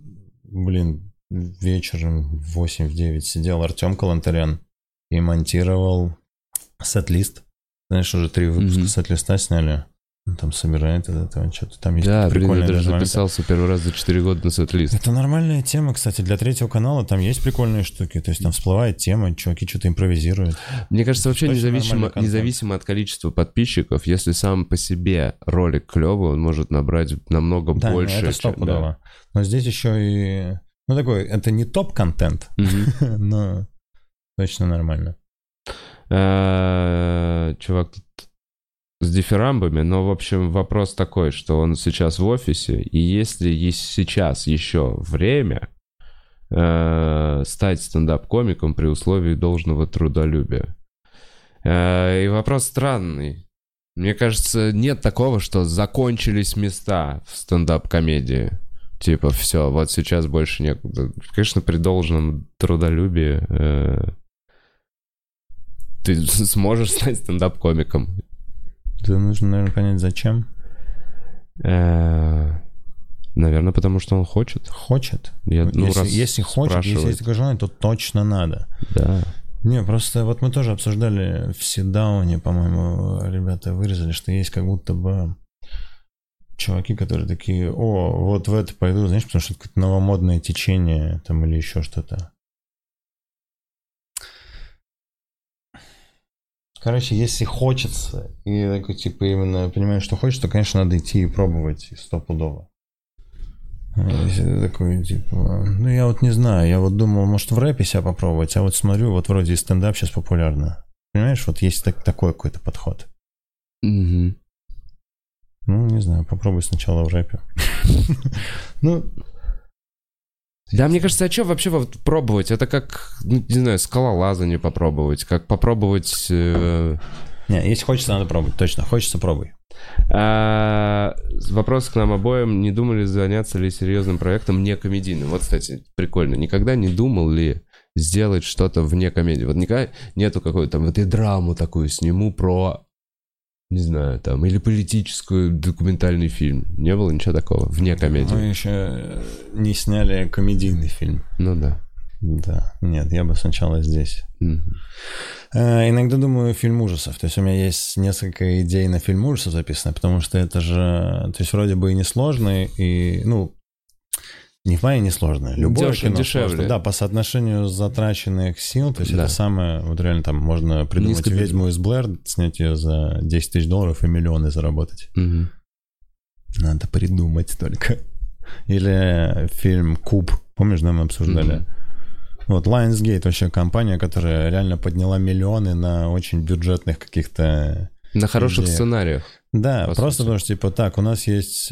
вечером в 8-9 сидел Артем Калантарян и монтировал сет-лист. Знаешь, уже 3 выпуска сет-листа сняли. Он там собирает это, что-то там есть. Да, я даже записался первый раз за 4 года на сет-лист. Это нормальная тема, кстати, для 3-го канала. Там есть прикольные штуки. То есть там всплывает тема, чуваки что-то импровизируют. Мне кажется, вообще независимо от количества подписчиков, если сам по себе ролик клевый, он может набрать намного больше. Да, это стопудово. Но здесь еще и... Ну, такой, это не топ-контент, но точно нормально. Чувак тут с дифирамбами, но, в общем, вопрос такой, что он сейчас в офисе, и если есть сейчас еще время стать стендап-комиком при условии должного трудолюбия. И вопрос странный. Мне кажется, нет такого, что закончились места в стендап-комедии. Типа, все, вот сейчас больше некуда. Конечно, при должном трудолюбии ты сможешь стать стендап-комиком. Да нужно, наверное, понять, зачем. Наверное, потому что он хочет. Хочет? Если хочет, если есть такое желание, то точно надо. Да. Не, просто вот мы тоже обсуждали в Сидауне, по-моему, ребята вырезали, что есть как будто бы чуваки, которые такие: о, вот в это пойду, знаешь, потому что это какое-то новомодное течение там или еще что-то. Короче, если хочется, и такой, типа, именно понимаешь, что хочешь, то, конечно, надо идти и пробовать стопудово. Если такой, типа, ну, я вот не знаю, я вот думал, может, в рэпе себя попробовать, а вот смотрю, вот вроде и стендап сейчас популярно. Понимаешь, вот есть такой какой-то подход. Угу. Ну, не знаю, попробуй сначала в рэпе. Ну... Да, мне кажется, а что вообще пробовать? Это как, ну, не знаю, скалолазание попробовать, как попробовать... Не, если хочется, надо пробовать, точно. Хочется, пробуй. Вопрос к нам обоим. Не думали заняться ли серьезным проектом не комедийным? Вот, кстати, прикольно. Никогда не думал ли сделать что-то вне комедии? Вот никогда нету какой-то там, вот я драму такую сниму про... Не знаю, там, или политическую, документальный фильм. Не было ничего такого, вне комедии. Мы еще не сняли комедийный фильм. Ну да. Да, нет, я бы сначала здесь. Иногда думаю фильм ужасов. То есть у меня есть несколько идей на фильм ужасов записано, потому что это же, то есть вроде бы и несложный, и, ну, не в плане несложное. Любое кино дешевле. Сложно. Да, по соотношению затраченных сил, то есть это самое, вот реально там можно придумать «Ведьму из Блэр», снять ее за $10 000 и миллионы заработать. Угу. Надо придумать только. Или фильм «Куб». Помнишь, да, мы обсуждали? Вот Lionsgate вообще компания, которая реально подняла миллионы на очень бюджетных каких-то... На хороших сценариях. Да, просто потому что, типа, так, у нас есть...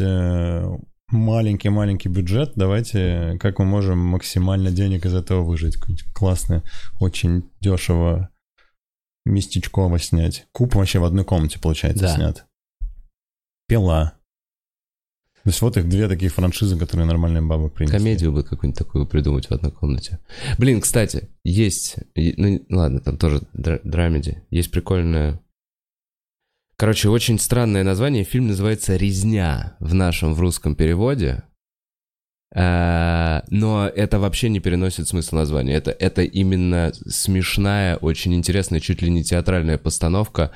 маленький бюджет, давайте как мы можем максимально денег из этого выжить. Классно, очень дешево, местечково снять. Куб вообще в одной комнате, получается, снят. Пила. То есть вот их две такие франшизы, которые нормальные бабок принесли. Комедию бы какую-нибудь такую придумать в одной комнате. Блин, кстати, есть... Ну ладно, там тоже драмеди. Есть прикольная... Короче, очень странное название. Фильм называется «Резня» в русском переводе. Но это вообще не переносит смысл названия. Это именно смешная, очень интересная, чуть ли не театральная постановка.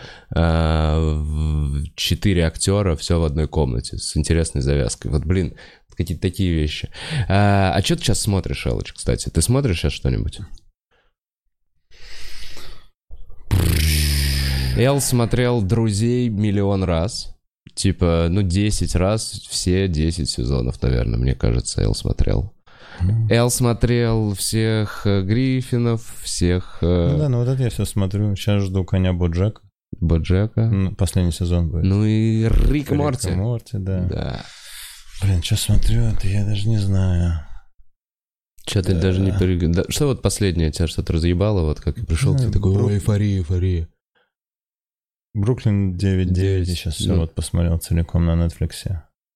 4 актера, все в одной комнате, с интересной завязкой. Вот, блин, какие-то такие вещи. А что ты сейчас смотришь, Элыч, кстати? Ты смотришь сейчас что-нибудь? Эл смотрел «Друзей» миллион раз. Типа, 10 раз, все 10 сезонов, наверное, мне кажется, Эл смотрел. Эл смотрел всех Гриффинов, всех... Да, вот это я все смотрю. Сейчас жду «Коня Боджека». Боджека. Последний сезон будет. Ну и Рик и Морти. Рик и Морти, да. Блин, что смотрю, это я даже не знаю. Что ты даже не... Что вот последнее тебя что-то разъебало, вот как я пришел, ты такой: ой, эйфория. Бруклин 9-9, я сейчас все вот посмотрел целиком на Netflix.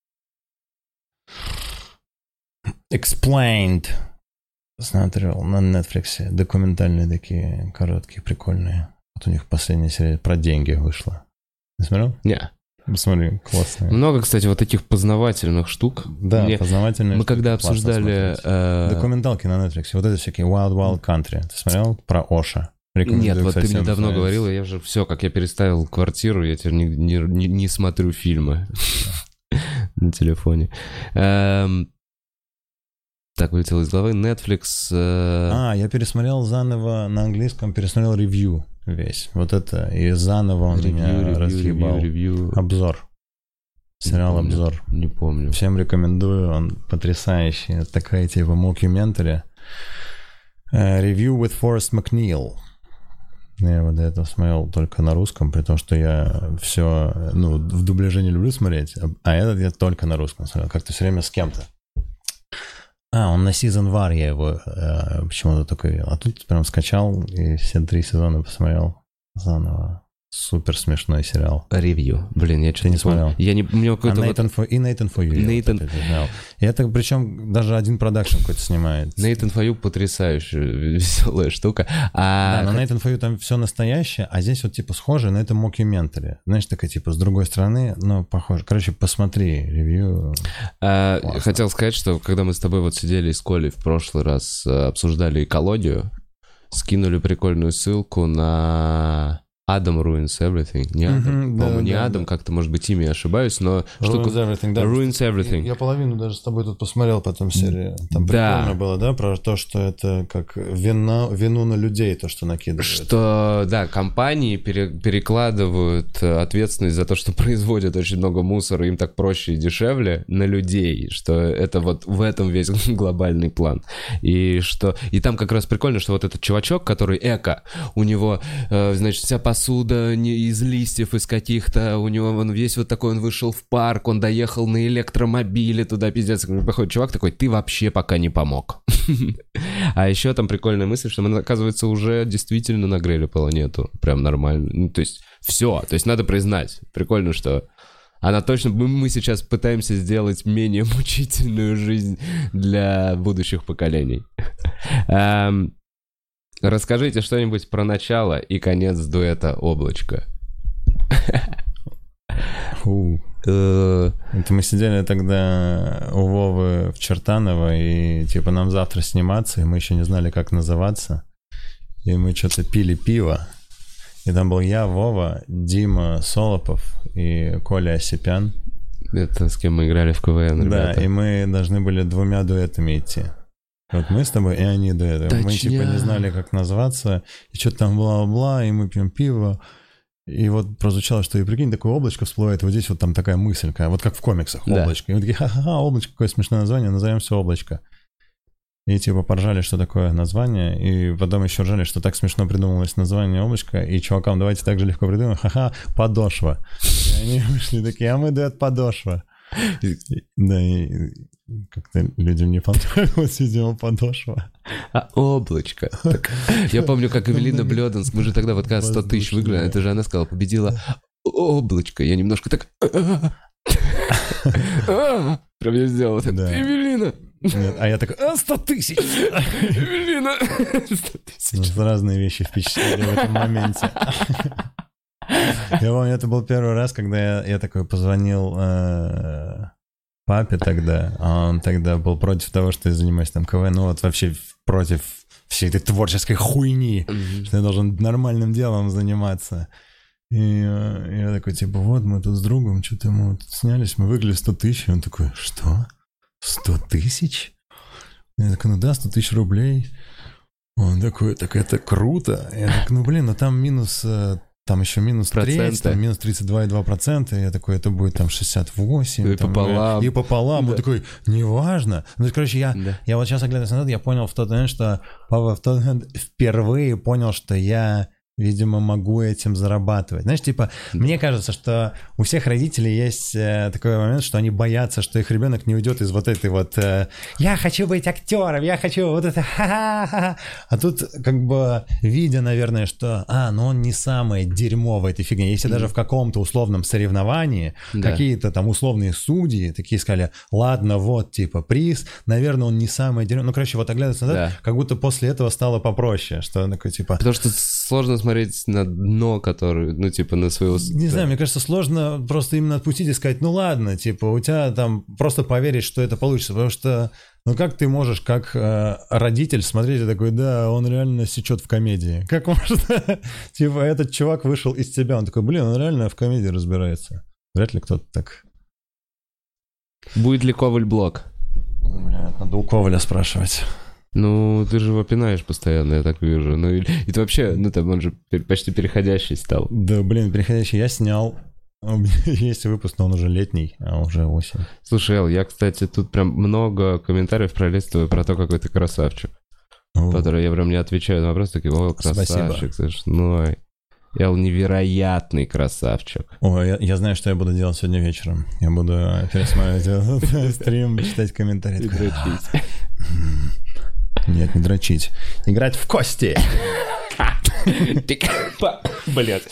Explained смотрел на Netflix. Документальные такие, короткие, прикольные. Вот у них последняя серия про деньги вышла. Ты смотрел? Не. Посмотри, классные. Много, кстати, вот таких познавательных штук. Да, познавательные. Мы когда обсуждали... Документалки на Netflix. Вот это всякие Wild Wild Country. Ты смотрел? Про Оша. Нет, вот ты мне давно говорил, и я уже все, как я переставил квартиру, я теперь не смотрю фильмы на телефоне. Так, вылетело из головы. Netflix... я пересмотрел заново на английском, пересмотрел ревью весь. Вот это. И заново он меня разъебал. Обзор. Сериал «Обзор». Не помню. Всем рекомендую, он потрясающий. Такая типа мокюментари. Review with Forrest McNeil. Я вот до этого смотрел только на русском, при том, что я все, в дубляже не люблю смотреть, а этот я только на русском смотрел, как-то все время с кем-то. Он на Season War я его почему-то только видел. А тут прям скачал и все 3 сезона посмотрел заново. Супер смешной сериал. Ревью. Блин, я что-то не смотрел. Я не... Мне какой-то Nathan for You. Nathan... И это причем даже один продакшн какой-то снимает. Nathan for You потрясающая веселая штука. Да, но Nathan for You там все настоящее, а здесь вот типа схоже, но это мокюментари. Знаешь, такая типа с другой стороны, но похоже. Короче, посмотри ревью. Хотел сказать, что когда мы с тобой вот сидели с Колей в прошлый раз, обсуждали экологию, скинули прикольную ссылку на... Adam Ruins Everything. Не Адам? По-моему, не Адам, как-то, может быть, имя я ошибаюсь, но... Ruins Everything, да. Ruins Everything. Я половину даже с тобой тут посмотрел потом серию. Там прикольно было, да, про то, что это как вину на людей, то, что накидывают. Что, да, компании перекладывают ответственность за то, что производят очень много мусора, им так проще и дешевле, на людей, что это вот в этом весь глобальный план. И там как раз прикольно, что вот этот чувачок, который эко, у него, значит, вся посуда не из листьев, из каких-то, у него он весь вот такой, он вышел в парк, он доехал на электромобиле туда, пиздец. Приходит чувак такой, ты вообще пока не помог. А еще там прикольная мысль, что мы, оказывается, уже действительно нагрели планету. Прям нормально. Ну, то есть, все. То есть, надо признать. Прикольно, что она точно... Мы сейчас пытаемся сделать менее мучительную жизнь для будущих поколений. Расскажите что-нибудь про начало и конец дуэта «Облачко». Это мы сидели тогда у Вовы в Чертаново, и типа нам завтра сниматься, и мы еще не знали, как называться. И мы что-то пили пиво. И там был я, Вова, Дима Солопов и Коля Осипян. Это с кем мы играли в КВН, ребята. Да, и мы должны были 2 дуэтами идти. Вот мы с тобой, и они дуэты. Мы типа не знали, как назваться, и что-то там бла-бла, и мы пьем пиво. И вот прозвучало, что и прикинь, такое облачко всплывает, и вот здесь вот там такая мысль, вот как в комиксах, облачко. И мы такие, ха-ха-ха, облачко, какое смешное название, назовем все облачко. И типа поржали, что такое название, и потом еще ржали, что так смешно придумалось название облачко, и чувакам давайте так же легко придумаем, ха-ха, подошва. И они вышли такие, а мы дуэт подошва. Да, и как-то людям не понравилось, видимо, подошва. А облачко. Так, я помню, как Эвелина Блёданс, мы же тогда вот когда 100 тысяч выиграли, это же она сказала, победила облачко. Я немножко так... Прям я сделал так, Эвелина. Нет, а я такой, 100 тысяч! Эвелина! 100 тысяч. Разные вещи впечатлили в этом моменте. Я помню, это был первый раз, когда я такой позвонил папе тогда, а он тогда был против того, что я занимаюсь там КВН, ну вот вообще против всей этой творческой хуйни, что я должен нормальным делом заниматься. И я такой, типа, вот мы тут с другом, что-то мы тут снялись, мы выиграли 100 тысяч. И он такой, что? 100 тысяч? Я такой, ну да, 100 тысяч рублей. Он такой, так это круто. Я такой, ну блин, ну там минус... Там еще минус 3, там минус 32,2%, я такой, это будет там 68. И там, пополам. И пополам. Да. Он такой, неважно. Ну, короче, я вот сейчас, оглядываясь назад, я понял в тот момент, что папа в тот момент впервые понял, что я, видимо, могу этим зарабатывать. Знаешь, типа, мне кажется, что у всех родителей есть такой момент, что они боятся, что их ребенок не уйдет из вот этой вот «я хочу быть актером, я хочу вот это ха-ха-ха». А тут как бы видя, наверное, что ну он не самое дерьмо в этой фигне. Если даже в каком-то условном соревновании какие-то там условные судьи такие сказали, ладно, вот типа приз, наверное, он не самое дерьмо. Ну, короче, вот оглядываться назад, как будто после этого стало попроще, что такое типа... Потому что сложно смотреть на дно, которое, ну, типа, на своего... Не знаю, мне кажется, сложно просто именно отпустить и сказать, ну, ладно, типа, у тебя там просто поверить, что это получится, потому что, ну, как ты можешь, как родитель, смотреть и такой, да, он реально сечет в комедии. Как можно, типа, этот чувак вышел из тебя, он такой, блин, он реально в комедии разбирается. Вряд ли кто-то так... Будет ли Коваль-блог? Бля, надо у Коваля спрашивать. Ну, ты же его пинаешь постоянно, я так вижу. Ну, и ты вообще, ну, там он же почти переходящий стал. Да, блин, переходящий я снял. У меня есть выпуск, но он уже летний, а уже осень. Слушай, Эл, я, кстати, тут прям много комментариев пролистываю про то, какой ты красавчик. которые я прям не отвечаю на вопрос, такие, о, красавчик, смешной. Я невероятный красавчик. Ой, я знаю, что я буду делать сегодня вечером. Я буду пересматривать стрим, читать комментарии. И дрочить. Нет, не дрочить. Играть в кости. Блять.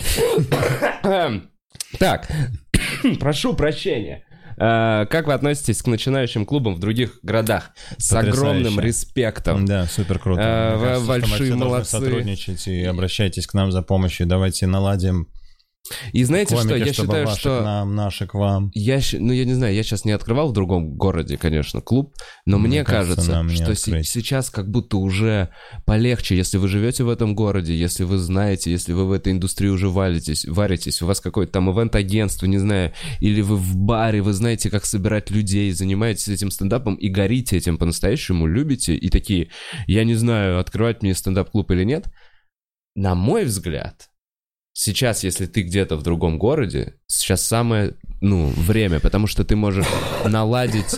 Так, прошу прощения. Как вы относитесь к начинающим клубам в других городах? С огромным респектом. Да, супер круто. Большие молодцы. Сотрудничать и обращайтесь к нам за помощью. Давайте наладим. И знаете комики, что, я считаю, ваши что... к нам, наши к вам. Я не знаю, я сейчас не открывал в другом городе, конечно, клуб, но мне кажется, что сейчас как будто уже полегче, если вы живете в этом городе, если вы знаете, если вы в этой индустрии уже варитесь, у вас какое-то там ивент-агентство, не знаю, или вы в баре, вы знаете, как собирать людей, занимаетесь этим стендапом и горите этим по-настоящему, любите, и такие, я не знаю, открывать мне стендап-клуб или нет, на мой взгляд... Сейчас, если ты где-то в другом городе, сейчас самое, время, потому что ты можешь наладить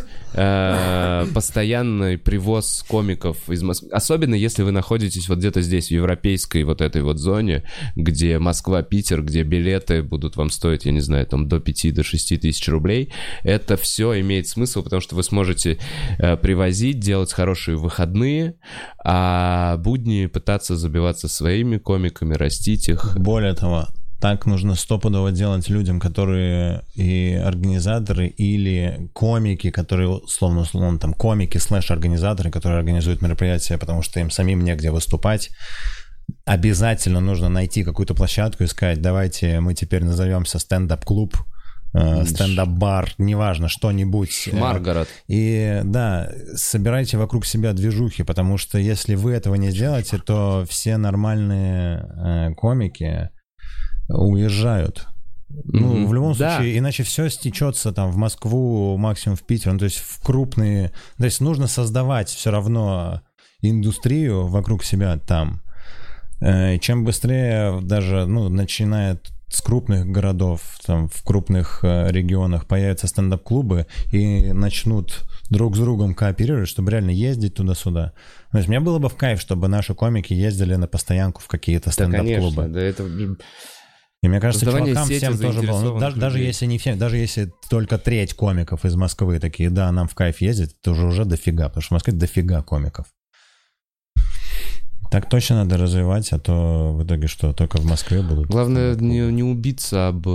постоянный привоз комиков из Москвы. Особенно, если вы находитесь вот где-то здесь, в европейской вот этой вот зоне, где Москва, Питер, где билеты будут вам стоить, я не знаю, там до 5-6 тысяч рублей. Это все имеет смысл, потому что вы сможете привозить, делать хорошие выходные, а будни пытаться забиваться своими комиками, растить их. Более того, так нужно стопудово делать людям, которые и организаторы, или комики, которые, условно, там, комики /организаторы, которые организуют мероприятия, потому что им самим негде выступать. Обязательно нужно найти какую-то площадку и сказать, давайте мы теперь назовемся стендап-клуб, стендап-бар, неважно, что-нибудь. Маргарет. И да, собирайте вокруг себя движухи, потому что если вы этого не сделаете, то все нормальные комики уезжают. В любом случае, иначе все стечется там в Москву, максимум в Питер, то есть в крупные... То есть нужно создавать все равно индустрию вокруг себя там. Чем быстрее даже, начиная с крупных городов, там в крупных регионах появятся стендап-клубы и начнут друг с другом кооперировать, чтобы реально ездить туда-сюда. То есть мне было бы в кайф, чтобы наши комики ездили на постоянку в какие-то стендап-клубы. Конечно, да, это... И мне кажется, чувакам всем тоже было. Даже если не всем, даже если только треть комиков из Москвы такие, да, нам в кайф ездить, это уже дофига, потому что в Москве дофига комиков. Так точно надо развивать, а то в итоге что, только в Москве будут. Главное не убиться об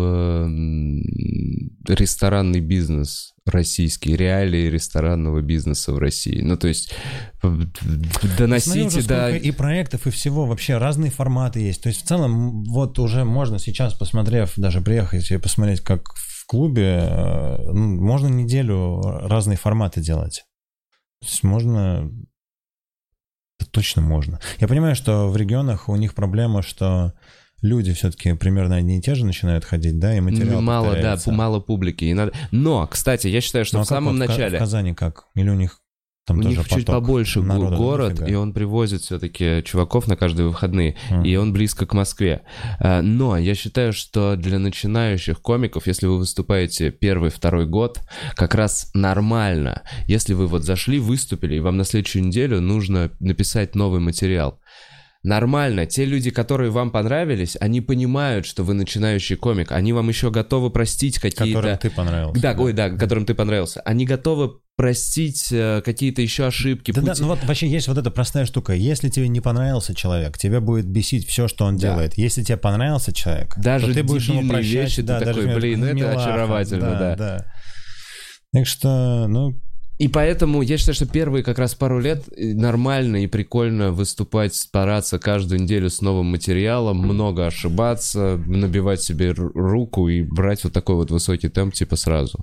ресторанный бизнес российский, реалии ресторанного бизнеса в России. То есть доносите до... И проектов, и всего, вообще разные форматы есть. То есть в целом вот уже можно сейчас, посмотрев, даже приехать и посмотреть, как в клубе, можно неделю разные форматы делать. То есть можно... Это точно можно. Я понимаю, что в регионах у них проблема, что люди все-таки примерно одни и те же начинают ходить, да, и материал мало, повторяется. Да, мало публики. И надо... Но, кстати, я считаю, что в самом начале... В Казани как? Или у них там у тоже них чуть побольше город, и он привозит все-таки чуваков на каждые выходные, и он близко к Москве. Но я считаю, что для начинающих комиков, если вы выступаете первый-второй год, как раз нормально. Если вы вот зашли, выступили, и вам на следующую неделю нужно написать новый материал. Нормально. Те люди, которые вам понравились, они понимают, что вы начинающий комик. Они вам еще готовы простить какие-то... Которым ты понравился. Да, которым ты понравился. Они готовы простить какие-то еще ошибки. Да, вот вообще есть вот эта простая штука. Если тебе не понравился человек, тебя будет бесить все, что он делает. Если тебе понравился человек, даже то ты будешь ему прощать. Вещи, да, ты такой, это милаха, очаровательно, да. Так что, И поэтому я считаю, что первые как раз пару лет нормально и прикольно выступать, стараться каждую неделю с новым материалом, много ошибаться, набивать себе руку и брать вот такой вот высокий темп типа сразу.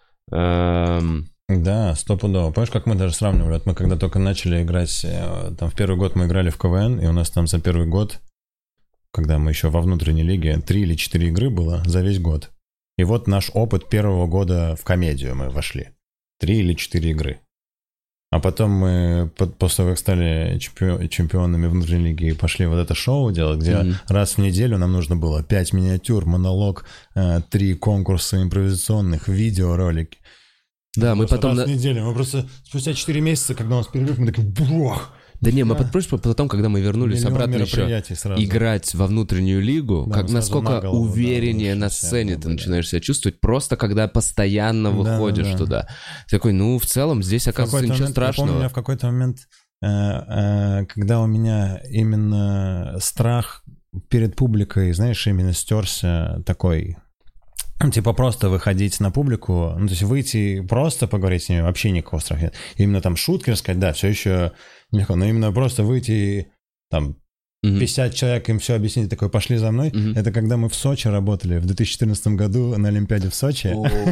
Да, стопудово. Помнишь, как мы даже сравнивали? Вот мы когда только начали играть, там в первый год мы играли в КВН, и у нас там за первый год, когда мы еще во внутренней лиге, 3 или 4 игры было за весь год. И вот наш опыт первого года в комедию мы вошли. 3 или 4 игры. А потом мы, после того, как стали чемпионами внутренней лиги, пошли вот это шоу делать, где раз в неделю нам нужно было 5 миниатюр, монолог, 3 конкурса импровизационных, видеоролики. Да, мы потом... Раз в неделю. Мы просто спустя 4 месяца, когда у нас перерыв, мы такие, Да не, мы просто потом, когда мы вернулись обратно еще играть во внутреннюю лигу, как насколько увереннее на сцене ты начинаешь себя чувствовать, просто когда постоянно выходишь туда. Ты такой, ну, в целом здесь, оказывается, ничего страшного. Я помню, в какой-то момент, когда у меня именно страх перед публикой, знаешь, именно стерся такой... Типа просто выходить на публику, ну, то есть выйти просто поговорить с ними, вообще никакого страха нет. Именно там шутки рассказать, да, все еще легко, но именно просто выйти и там 50 человек им все объяснить, такой, пошли за мной. Это когда мы в Сочи работали в 2014 году на Олимпиаде в Сочи.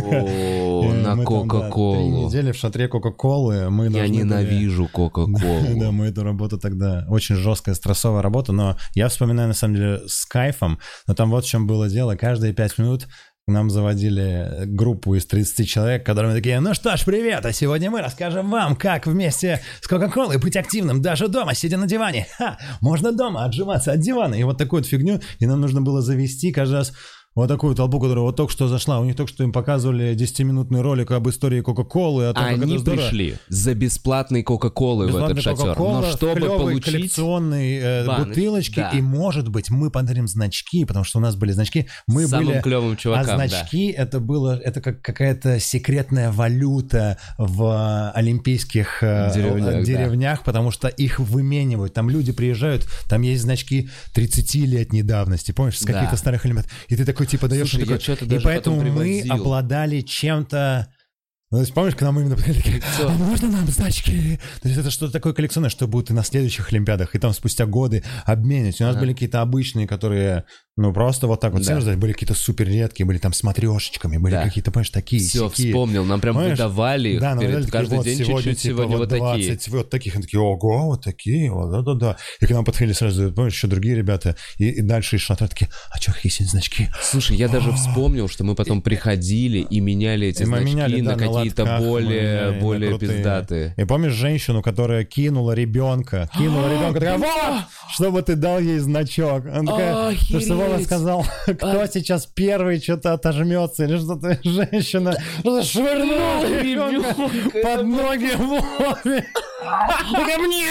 На Кока-Колу. 3 недели в шатре Кока-Колы. Я ненавижу Кока-Колу. Да, мы эту работу тогда... Очень жесткая, стрессовая работа, но я вспоминаю, на самом деле, с кайфом. Но там вот в чем было дело. Каждые 5 минут нам заводили группу из 30 человек, которые такие, ну что ж, привет, а сегодня мы расскажем вам, как вместе с Кока-Колой быть активным даже дома, сидя на диване. Можно дома отжиматься от дивана. И вот такую вот фигню, и нам нужно было завести каждый раз вот такую толпу, которая вот только что зашла. У них только что им показывали 10-минутный ролик об истории Кока-Колы. О том, как они это здорово. Пришли за бесплатной Кока-Колой в этот шатер. Но чтобы получить коллекционные бутылочки, да. И, может быть, мы подарим значки, потому что у нас были значки. Мы самым были... клевым чувакам, а значки, да. это как какая-то секретная валюта в олимпийских деревнях, да. Потому что их выменивают. Там люди приезжают, там есть значки 30-летней давности, помнишь, с каких-то старых элементов. И ты такой типа даешь, слушай, такой, и поэтому мы обладали чем-то. Ну, то есть, помнишь, к нам именно подходили, а можно нам значки? То есть это что-то такое коллекционное, что будет и на следующих Олимпиадах, и там спустя годы обменять. У нас были какие-то обычные, которые, ну, просто вот так вот, да. Были какие-то супер редкие, были там с матрешечками, были какие-то, понимаешь, такие. Все, вспомнил, нам прям выдавали их перед каждый вот день чуть-чуть сегодня вот 20, такие. Вот таких, они такие, ого, вот такие, вот, да. И к нам подходили сразу, помнишь, еще другие ребята, и дальше из шатра такие, а что, какие сегодня значки? Слушай, я даже вспомнил, что мы потом приходили и меняли эти значки на какие-то более пиздатые. И помнишь женщину, которая кинула ребенка, такая, вот, чтобы ты дал ей значок. Она такая, то, что Вова сказал, кто сейчас первый что-то отожмется, или что-то женщина швырнула ребенка под ноги Вове. Ко мне!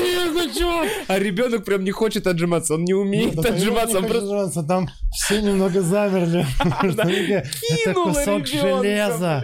А ребенок прям не хочет отжиматься, он не умеет отжиматься. Там все немного замерли. Это кусок железа.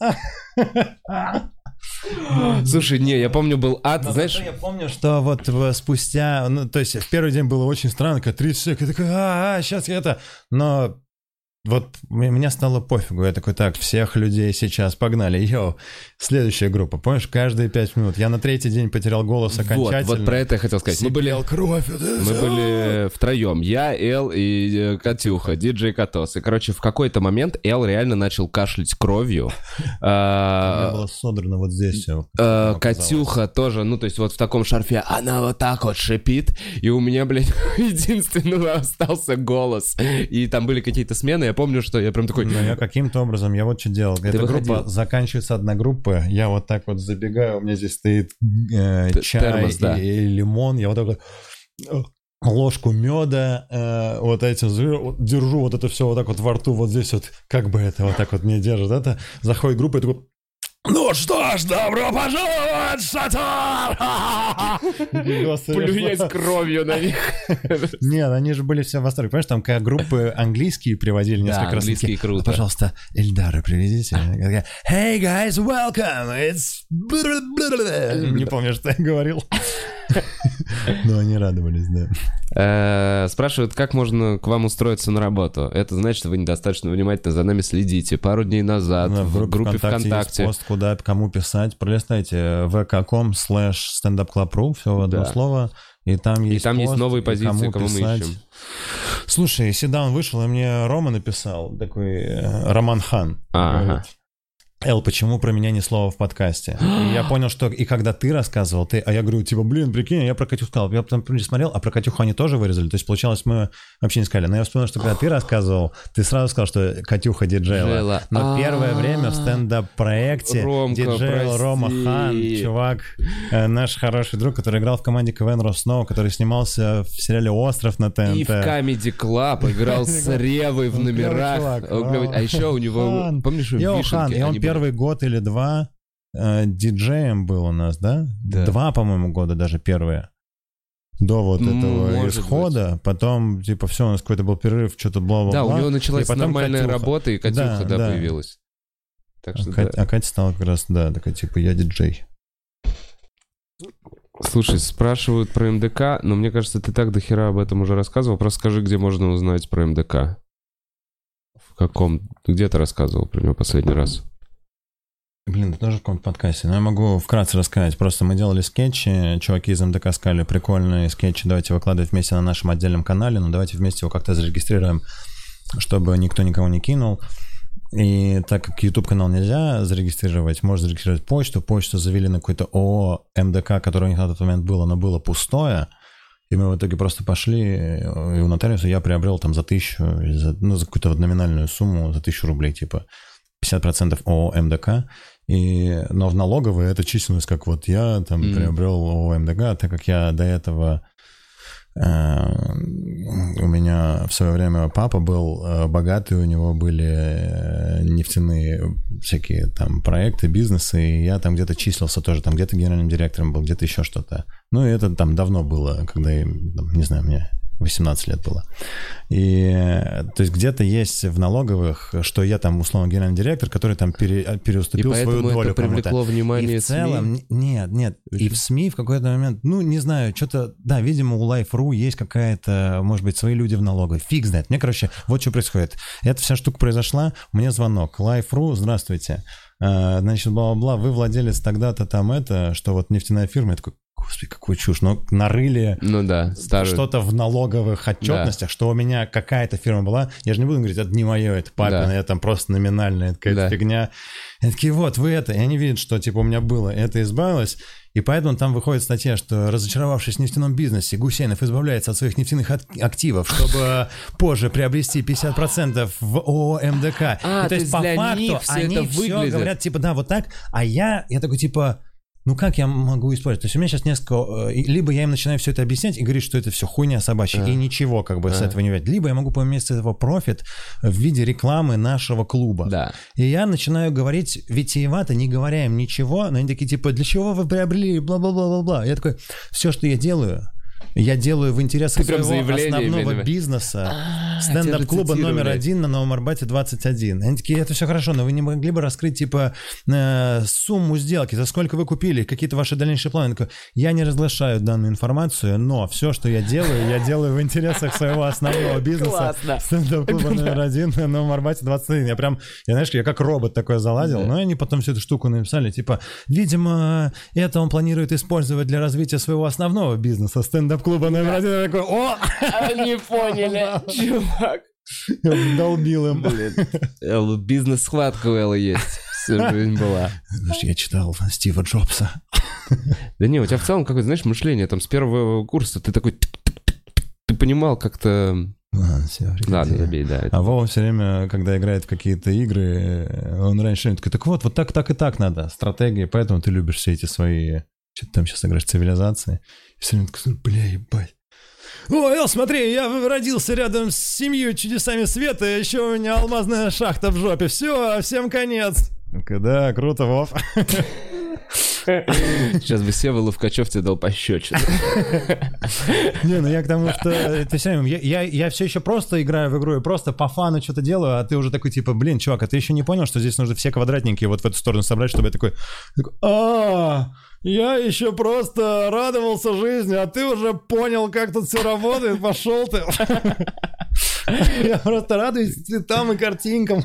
Слушай, не, я помню, был ад, знаешь... Я помню, что вот спустя... Ну, то есть в первый день было очень странно, как 30 человек, я такой, сейчас я это... Но... Вот мне стало пофигу, я такой, так, всех людей сейчас погнали, йоу, следующая группа, помнишь, каждые 5 минут, я на 3-й день потерял голос окончательно. Вот про это я хотел сказать, мы были втроем, я, Эл и Катюха, диджей Катос, и, короче, в какой-то момент Эл реально начал кашлять кровью. У меня было содрано вот здесь все. Катюха тоже, ну, то есть вот в таком шарфе, она вот так вот шипит, и у меня, блядь, единственный остался голос, и там были какие-то смены. Я помню, что я прям такой... Но я каким-то образом, я вот что делал. Эта группа, заканчивается одна группа, я вот так вот забегаю, у меня здесь стоит чай термос, и лимон, я вот так вот ложку меда вот этим держу, вот это все вот так вот во рту, вот здесь вот, как бы это вот так вот мне держит. Это заходит группа, и такой... Ну что ж, добро пожаловать в шатер! Плюясь кровью на них. Нет, они же были все в восторге. Понимаешь, там как группы английские приводили несколько раз. Английские круто. Пожалуйста, Эльдара приведите. Hey guys, welcome! It's... Не помню, что я говорил. Но они радовались, да. Спрашивают, как можно к вам устроиться на работу. Это значит, что вы недостаточно внимательно за нами следите. Пару дней назад в группе ВКонтакте есть пост, куда, кому писать. Пролистайте vk.com/standupclub.ru, все в одно слово. И там есть пост, новые позиции, кого мы ищем. Слушай, Седан вышел, и мне Рома написал, такой Роман Хан. Эл, почему про меня ни слова в подкасте? И я понял, что и когда ты рассказывал, а я говорю, типа, блин, прикинь, я про Катюху сказал. Я потом смотрел, а про Катюху они тоже вырезали. То есть, получалось, мы вообще не сказали. Но я вспомнил, что когда ты рассказывал, ты сразу сказал, что Катюха диджейла. Но первое время в стендап-проекте диджейл Рома Хан, чувак, наш хороший друг, который играл в команде КВН Росноу, который снимался в сериале «Остров» на ТНТ. И в Comedy Club играл с Ревой в номерах. А еще у него, помнишь, в Вишенке? Первый год или два диджеем был у нас, да? 2, по-моему, года даже первые. До вот этого исхода, быть. Потом, типа, все, у нас какой-то был перерыв, что-то бла-бла-бла. Да, у него началась нормальная Катюха. работа, и Катюха, появилась. Так что, а Катя стала как раз, такая, типа, я диджей. Слушай, спрашивают про МДК, но мне кажется, ты так дохера об этом уже рассказывал. Просто скажи, где можно узнать про МДК. В каком? Где ты рассказывал про него последний раз? Блин, это тоже в каком-то подкасте. Но я могу вкратце рассказать. Просто мы делали скетчи, чуваки из МДК сказали, прикольные скетчи, давайте выкладывать вместе на нашем отдельном канале, но давайте вместе его как-то зарегистрируем, чтобы никто никого не кинул. И так как YouTube-канал нельзя зарегистрировать, можно зарегистрировать почту завели на какой-то ООО МДК, которое у них на тот момент было, но было пустое. И мы в итоге просто пошли, и у нотариуса я приобрел там за 1000, за какую-то вот номинальную сумму, за 1000 рублей, типа 50% ООО МДК. Но в налоговой это численность, как вот я там приобрел ООО МДК, так как я до этого... У меня в свое время папа был богатый, у него были нефтяные всякие там проекты, бизнесы, и я там где-то числился тоже, там где-то генеральным директором был, где-то еще что-то. Ну, и это там давно было, когда, не знаю, мне 18 лет было. И, то есть, где-то есть в налоговых, что я там, условно, генеральный директор, который там переуступил свою долю. И поэтому это привлекло внимание и в целом, СМИ? Нет. И в СМИ в какой-то момент, не знаю, что-то, да, видимо, у Life.ru есть какая-то, может быть, свои люди в налоговой. Фиг знает. Мне, короче, вот что происходит. Эта вся штука произошла, мне звонок. Life.ru, здравствуйте. Значит, бла-бла-бла, вы владелец тогда-то там что вот нефтяная фирма. Я такой, господи, какую чушь, но нарыли что-то в налоговых отчетностях, что у меня какая-то фирма была, я же не буду говорить, это не мое, это папина, это там просто номинальная, это какая-то фигня. И такие, вот, вы и они видят, что типа у меня было, это избавилось, и поэтому там выходит статья, что разочаровавшись в нефтяном бизнесе, Гусейнов избавляется от своих нефтяных активов, чтобы позже приобрести 50% в ООО МДК. То есть по факту они все говорят, типа, да, вот так, а я такой, типа... как я могу использовать? То есть у меня сейчас несколько... Либо я им начинаю все это объяснять и говорить, что это все хуйня собачья, и ничего как бы с этого не взять. Либо я могу поиметь с этого профит в виде рекламы нашего клуба. Да. И я начинаю говорить витиевато, не говоря им ничего, но они такие, типа, для чего вы приобрели, бла-бла-бла-бла-бла. Я такой, все, что я делаю в интересах своего основного бизнеса, стендап-клуба номер 1 на Новом Арбате 21. Они такие, это все хорошо, но вы не могли бы раскрыть, типа, сумму сделки, за сколько вы купили, какие-то ваши дальнейшие планы? Я такой, я не разглашаю данную информацию, но все, что я делаю в интересах своего основного бизнеса, стендап-клуба номер 1 на Новом Арбате 21. Я как робот такой заладил, но они потом всю эту штуку написали, типа, видимо, это он планирует использовать для развития своего основного бизнеса, стендап-клуба номер 1. Я такой, Они поняли, чувак. Я долбил им. Блин, бизнес-схватка у Эллы есть. Всю жизнь была. Знаешь, я читал Стива Джобса. Да не, у тебя в целом какое-то, знаешь, мышление там с первого курса. Ты такой... Ты понимал как-то... Ладно, забей, да. А Вова все время, когда играет в какие-то игры, он раньше такой, так вот так и так надо. Стратегии, поэтому ты любишь все эти свои... Что-то там сейчас играешь цивилизации. И все время такой, бля, ебать. Эл, смотри, я родился рядом с 7 чудесами света, и еще у меня алмазная шахта в жопе. Все, всем конец. Да, круто, Вов. Сейчас бы Сева Ловкачев тебе дал пощечину. Не, я к тому, что ты все время, я все еще просто играю в игру и просто по фану что-то делаю, а ты уже такой, типа, блин, чувак, а ты еще не понял, что здесь нужно все квадратненькие вот в эту сторону собрать, чтобы я такой, я еще просто радовался жизни, а ты уже понял, как тут все работает, пошел ты. Я просто радуюсь цветам и картинкам.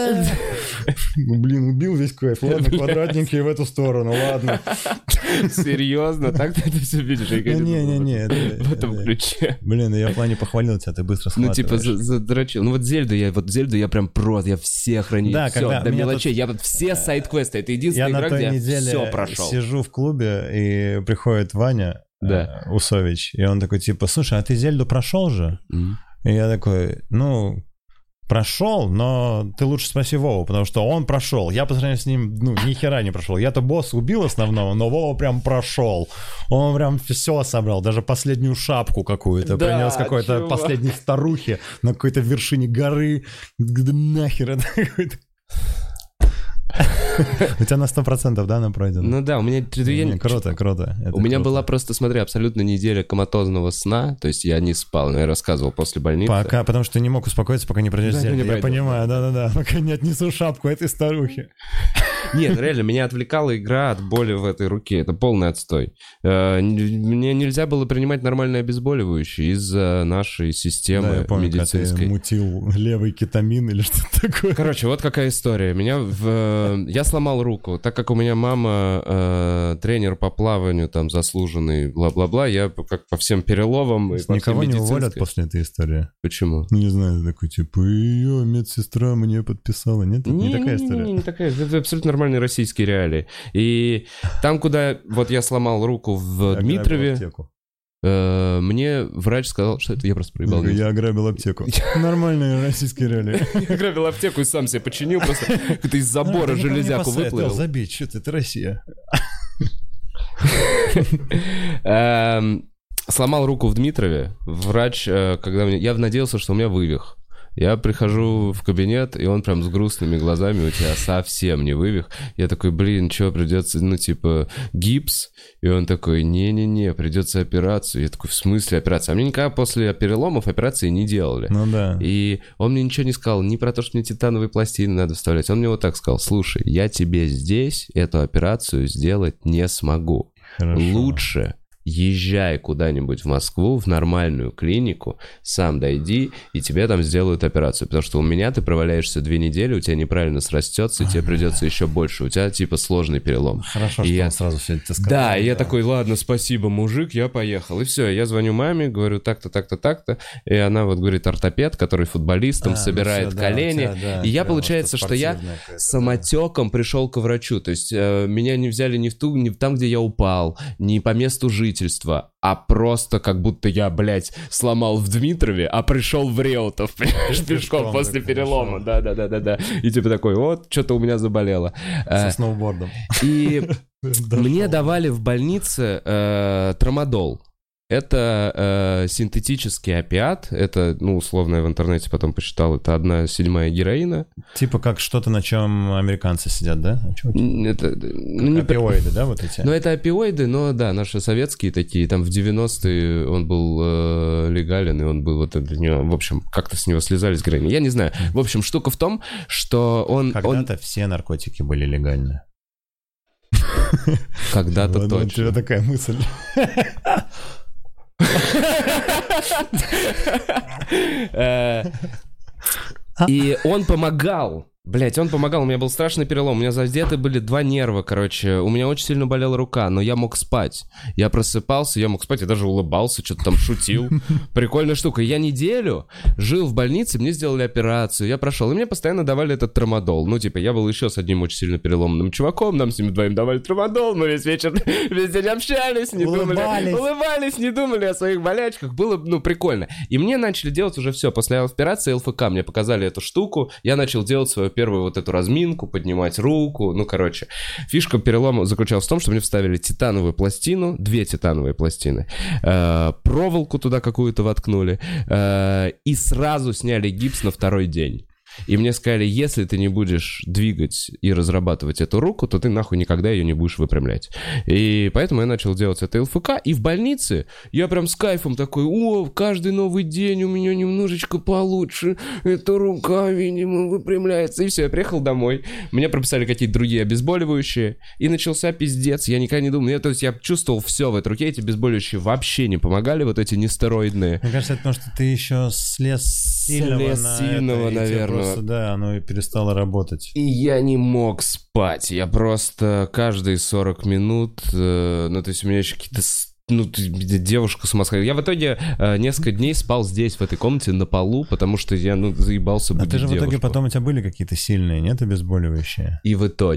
Блин, убил весь кайф. Ладно, квадратненькие в эту сторону, ладно. Серьезно? Так ты это все видишь? Не. В этом ключе. Блин, я в плане похвалил тебя, ты быстро схватываешь. Ну, типа, задрочил. Ну, вот Зельду я прям просто, я все храню. Да, все, до мелочей. Я вот все сайд-квесты. Это единственная игра, где я все прошел. Я сижу в клубе, и приходит Ваня Усович, и он такой, типа, слушай, а ты Зельду прошел же? И я такой, прошел, но ты лучше спроси Вову, потому что он прошел. Я по сравнению с ним, ни хера не прошел. Я-то босса убил основного, но Вова прям прошел. Он прям все собрал, даже последнюю шапку какую-то принес какой-то последней старухе на какой-то вершине горы. Нахер это какой-то... У тебя на 100%, да, она пройдена? Ну да, у меня... Круто. У меня была просто, смотри, абсолютно неделя коматозного сна, то есть я не спал, но я рассказывал после больницы. Потому что ты не мог успокоиться, пока не пройдешь Да, зелье. не Я пройду. понимаю, да-да-да, пока не отнесу шапку этой старухи. Нет, реально, меня отвлекала игра от боли в этой руке. Это полный отстой. Мне нельзя было принимать нормальное обезболивающее из-за нашей системы Да, я помню, когда ты медицинской. мутил левый кетамин или что-то такое. Короче, вот какая история. Я сломал руку, так как у меня мама тренер по плаванию, там, заслуженный, бла-бла-бла, я как по всем переломам и по Никого всем не уволят медицинской. после этой истории? Почему? Ну, не знаю, такой, типа, ее медсестра мне подписала. Нет, это не такая история. Не такая. Это абсолютно нормальные российские реалии. И там, куда вот я сломал руку в Дмитрове, аптеку. мне врач сказал, что это я просто проебал. Я ограбил аптеку. Нормальные российские реалии. Я ограбил аптеку и сам себе починил, просто как-то из забора железяку выплавил. Забей, что ты Россия. Сломал руку в Дмитрове. Врач, когда мне... Я надеялся, что у меня вывих. Я прихожу в кабинет, и он прям с грустными глазами, у тебя совсем не вывих. Я такой, блин, что, придется, ну, типа, гипс? И он такой, не-не-не, придется операцию. Я такой, в смысле операция? А мне никогда после переломов операции не делали. Ну да. И он мне ничего не сказал, ни про то, что мне титановые пластины надо вставлять. Он мне вот так сказал, слушай, я тебе здесь эту операцию сделать не смогу. Хорошо. Лучше езжай куда-нибудь в Москву, в нормальную клинику, сам дойди, и тебе там сделают операцию. Потому что у меня ты проваляешься 2 недели, у тебя неправильно срастется, и тебе придется еще больше. У тебя типа сложный перелом. Хорошо, и что я... он сразу все это сказал. Да, и я такой, ладно, спасибо, мужик, я поехал. И все, я звоню маме, говорю так-то, так-то, так-то. И она вот говорит, ортопед, который футболистам собирает колени. И я, получается, что я самотеком пришел к врачу. То есть меня не взяли ни там, где я упал, ни по месту жительства, а просто как будто я, блядь, сломал в Дмитрове, а пришел в Реутов, понимаешь, пешком после перелома. Да. И типа такой, вот, что-то у меня заболело. Со сноубордом. И мне давали в больнице трамадол. Это синтетический опиат. Это, ну, условно, я в интернете потом посчитал, это 1/7 героина. Типа как что-то, на чем американцы сидят, да? Это, ну, опиоиды, да, вот эти? Ну, это опиоиды, но да, наши советские такие. Там в 90-е он был легален, и он был вот это, в общем, как-то с него слезали с героина. Я не знаю. В общем, штука в том, что он... Когда-то все наркотики были легальны. Когда-то точно. У тебя такая мысль. И он помогал. Блять, он помогал, у меня был страшный перелом, у меня задеты были 2 нерва, короче, у меня очень сильно болела рука, но я мог спать. Я просыпался, я мог спать, я даже улыбался, что-то там шутил. Прикольная штука. Я неделю жил в больнице, мне сделали операцию, я прошел, и мне постоянно давали этот трамадол. Ну, типа, я был еще с одним очень сильно переломанным чуваком, нам с ними двоим давали трамадол, мы весь вечер, весь день общались, улыбались, не думали о своих болячках, было, ну, прикольно. И мне начали делать уже все, после операции ЛФК мне показали эту штуку, я начал делать свою первую вот эту разминку, поднимать руку, ну, короче. Фишка перелома заключалась в том, что мне вставили титановую пластину, 2 титановые пластины, проволоку туда какую-то воткнули, и сразу сняли гипс на 2-й день. И мне сказали, если ты не будешь двигать и разрабатывать эту руку, то ты нахуй никогда ее не будешь выпрямлять. И поэтому я начал делать это ЛФК. И в больнице я прям с кайфом такой, каждый новый день у меня немножечко получше. Эта рука, видимо, выпрямляется. И все, я приехал домой. Мне прописали какие-то другие обезболивающие. И начался пиздец. Я никогда не думал. То есть я чувствовал все в этой руке. Эти обезболивающие вообще не помогали. Вот эти нестероидные. Мне кажется, это потому что ты еще слез сильного, наверное. Просто, да, оно и перестало работать. И я не мог спать. Я просто каждые 40 минут... ну, то есть у меня еще какие-то... Ну, девушка с ума сходила. Я в итоге несколько дней спал здесь, в этой комнате, на полу, потому что я, заебался будить девушку. А ты же в итоге девушку. потом у тебя были какие-то сильные, нет, обезболивающие? И в итоге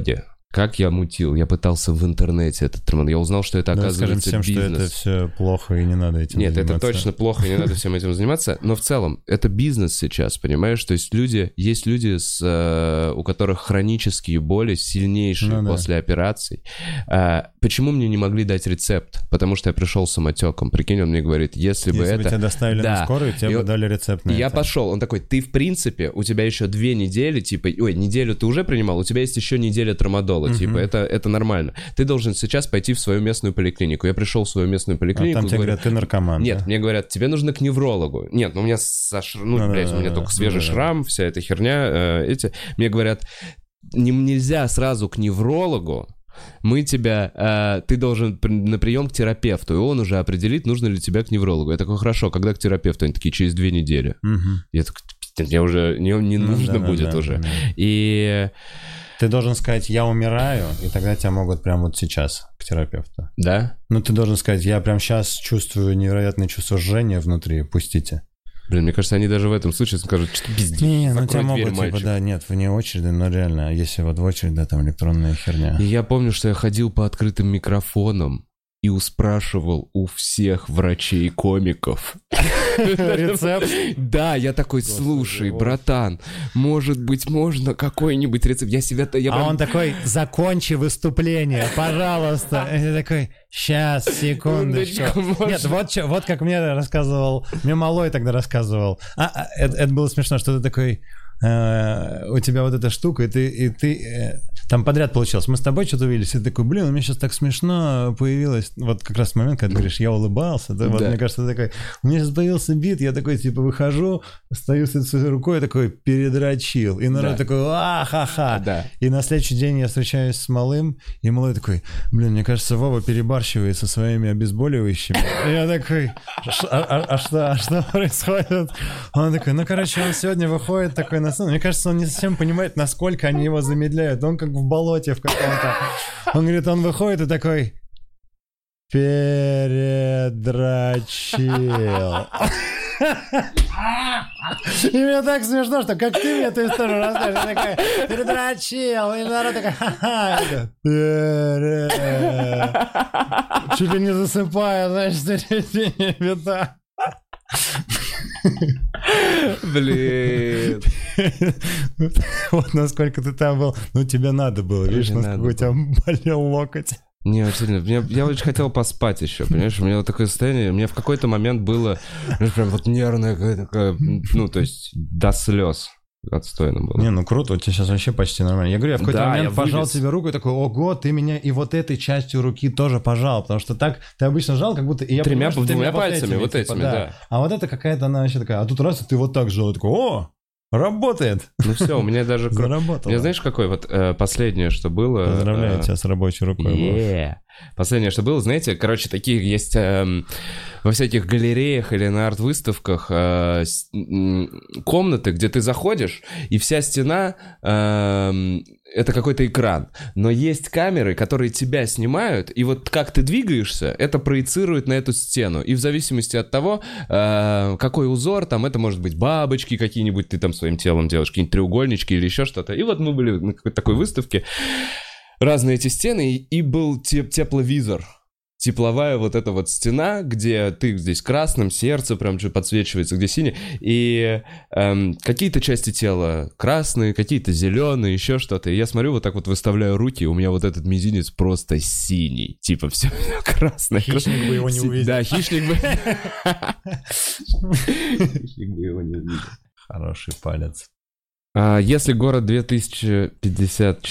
Как я мутил? Я пытался в интернете этот ремонт. Я узнал, что это, оказывается, всем, бизнес. что это все плохо и не надо этим Нет, заниматься. это точно плохо, и не надо всем этим заниматься. Но в целом, это бизнес сейчас, понимаешь? То есть есть люди, у которых хронические боли сильнейшие после операций. Почему мне не могли дать рецепт? Потому что я пришел с самотеком. Прикинь, он мне говорит, если бы тебя доставили на скорую, тебе бы дали рецепт на это. Я пошел. Он такой, ты, в принципе, у тебя еще 2 недели, типа, неделю ты уже принимал, у тебя есть еще неделя трамадола, типа, это нормально. Ты должен сейчас пойти в свою местную поликлинику. Я пришел в свою местную поликлинику. А там тебе говорят, ты наркоман. Нет, мне говорят, тебе нужно к неврологу. Нет, у меня у меня только свежий шрам, вся эта херня. Мне говорят, нельзя сразу к неврологу, ты должен на прием к терапевту, и он уже определит, нужно ли тебя к неврологу. Я такой, хорошо, когда к терапевту? Они такие, через 2 недели. Я такой, мне уже не нужно будет уже. Да. И... Ты должен сказать, я умираю, и тогда тебя могут прямо вот сейчас к терапевту. Да? Ну, ты должен сказать, я прямо сейчас чувствую невероятное чувство жжения внутри, пустите. Блин, мне кажется, они даже в этом случае скажут, что пиздец. Не, ну тебя могут, типа, да, нет, вне очереди, но реально, если вот в очередь, да, там электронная херня. И я помню, что я ходил по открытым микрофонам и спрашивал у всех врачей-комиков. Рецепт? Да, я такой, слушай, братан, может быть, можно какой-нибудь рецепт? Он такой, закончи выступление, пожалуйста. И ты такой, сейчас, секундочку. Нет, вот как мне рассказывал, мне малой тогда рассказывал. Это было смешно, что ты такой... у тебя вот эта штука, и ты там подряд получилось. Мы с тобой что-то увиделись, и ты такой, блин, у меня сейчас так смешно появилось. Вот как раз момент, когда ты говоришь, я улыбался. Да. Вот, мне кажется, ты такой, у меня сейчас появился бит, я такой, типа, выхожу, стою с этой рукой, такой, передрочил. И народ такой, ха-ха. Да. И на следующий день я встречаюсь с малым, и малой такой, блин, мне кажется, Вова перебарщивает со своими обезболивающими. И я такой, что происходит? Он такой, он сегодня выходит такой на сцену. Мне кажется, он не совсем понимает, насколько они его замедляют. Он как в болоте в каком-то. Он говорит, он выходит и такой... Передрочил. И мне так смешно, что как ты мне эту историю расскажешь, я такая, передрочил, и народ такая, ха-ха, чуть ли не засыпаю, знаешь, середине вита. Блин. Вот насколько ты там был. Ну, тебе надо было, видишь, насколько у тебя болел локоть. Не, сильно. Я очень хотел поспать еще, понимаешь? У меня вот такое состояние, мне в какой-то момент было, прям вот нервное такое, ну, то есть до слез. Отстойно было. Не, ну круто, у тебя сейчас вообще почти нормально. Я говорю, я в какой-то момент пожал тебе руку и такой, ого, ты меня и вот этой частью руки тоже пожал, потому что так ты обычно жал, как будто... И двумя пальцами, вот этими, да. А вот это какая-то она вообще такая, а тут раз, и ты вот так жал, и такой, о, работает. Ну все, у меня даже... Заработало. У меня знаешь, какой вот последнее, что было... Поздравляю тебя с рабочей рукой. Последнее, что было, знаете, короче, такие есть во всяких галереях или на арт-выставках комнаты, где ты заходишь, и вся стена это какой-то экран. Но есть камеры, которые тебя снимают, и вот как ты двигаешься, это проецирует на эту стену. И в зависимости от того, какой узор, там это может быть бабочки какие-нибудь, ты там своим телом делаешь, какие-нибудь треугольнички или еще что-то. И вот мы были на какой-то такой выставке, разные эти стены, и был тепловизор. Тепловая вот эта вот стена, где ты здесь красным, сердце прям же подсвечивается, где синий, и какие-то части тела красные, какие-то зеленые, еще что-то. И я смотрю, вот так вот выставляю руки, и у меня вот этот мизинец просто синий. Типа все красное. Хищник бы его не увидел. Да, хищник бы... Хищник бы его не увидел. Хороший палец. Если город 250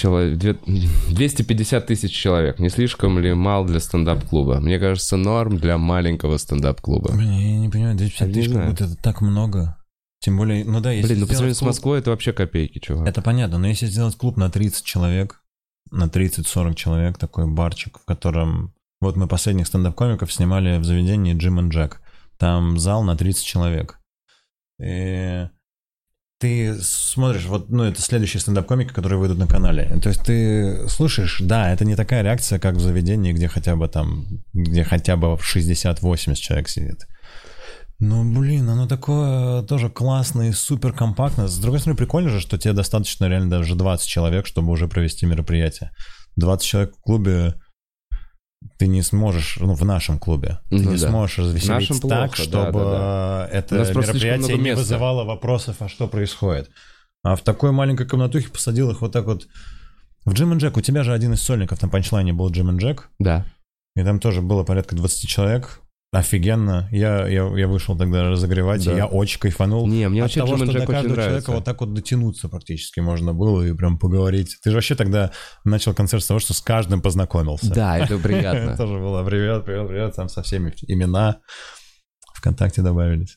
тысяч человек, не слишком ли мал для стендап-клуба? Мне кажется, норм для маленького стендап-клуба. Блин, я не понимаю, 250 тысяч, как будто это так много. Тем более, ну да, если Блин, ну по сравнению с Москвой это вообще копейки, чувак. Это понятно, но если сделать клуб на 30 человек, на 30-40 человек, такой барчик, в котором... Вот мы последних стендап-комиков снимали в заведении Jim and Jack. Там зал на 30 человек. И... Ты смотришь, вот, ну, это следующие стендап-комики, которые выйдут на канале. То есть ты слушаешь, да, это не такая реакция, как в заведении, где хотя бы 60-80 человек сидит. Ну, блин, оно такое тоже классное и супер компактное. С другой стороны, прикольно же, что тебе достаточно реально даже 20 человек, чтобы уже провести мероприятие. 20 человек в клубе ты не сможешь, ну, в нашем клубе, ты не сможешь развеселить так, чтобы это мероприятие не вызывало вопросов, а что происходит. А в такой маленькой комнатухе посадил их вот так вот. В Джим и Джек, у тебя же один из сольников, на панчлайне был Джим и Джек. Да. И там тоже было порядка 20 человек. Офигенно. Я вышел тогда разогревать, и я очень кайфанул. Не, мне от того, что до каждого человека вот так вот дотянуться практически можно было и прям поговорить. Ты же вообще тогда начал концерт с того, что с каждым познакомился. Да, это приятно. Это тоже было привет, там со всеми имена ВКонтакте добавились.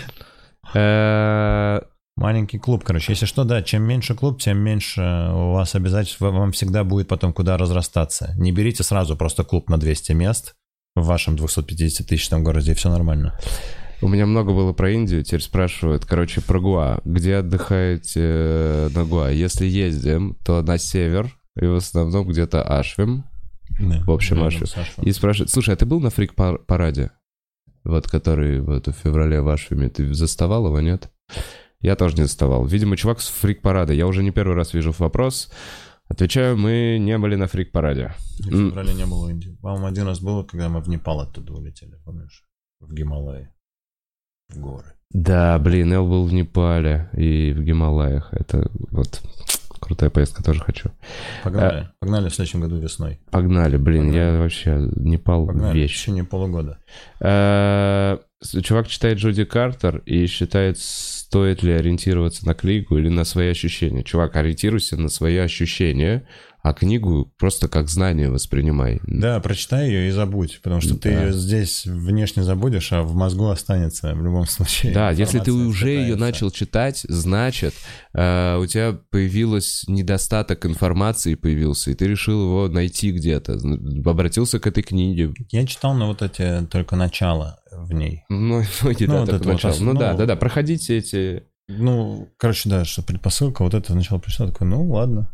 Маленький клуб, короче. Если что, да, чем меньше клуб, тем меньше у вас обязательств. Вам всегда будет потом куда разрастаться. Не берите сразу просто клуб на 200 мест в вашем 250-тысячном городе, и все нормально. У меня много было про Индию, теперь спрашивают, короче, про Гоа. Где отдыхаете на Гоа? Если ездим, то на север, и в основном где-то Ашвим. Да, в общем, Ашвим. И спрашивают, слушай, а ты был на фрик-параде? Вот, который вот в феврале в Ашвиме. Ты заставал его, нет? Я тоже не заставал. Видимо, чувак с фрик-парада. Я уже не первый раз вижу вопрос. Отвечаю, мы не были на фрик-параде. В феврале не было в Индии. По-моему, один раз было, когда мы в Непал оттуда улетели, помнишь? В Гималаи. В горы. Да, блин, Эл был в Непале и в Гималаях. Это вот крутая поездка, тоже хочу. Погнали. Погнали в следующем году весной. Погнали, блин, я вообще Непал вещь. В течение полугода. Чувак читает Джуди Картер и считает, стоит ли ориентироваться на книгу или на свои ощущения. Чувак, ориентируйся на свои ощущения, а книгу просто как знание воспринимай. Да, прочитай ее и забудь, потому что ты ее здесь внешне забудешь, а в мозгу останется в любом случае. Да, если ты уже ее начал читать, значит, у тебя появился недостаток информации, появился, и ты решил его найти где-то, обратился к этой книге. Я читал на вот эти только начало в ней. Многие, да, только начало. Ну да, проходите эти... Ну, короче, да, что предпосылка, вот это сначала пришла, такой, ну ладно.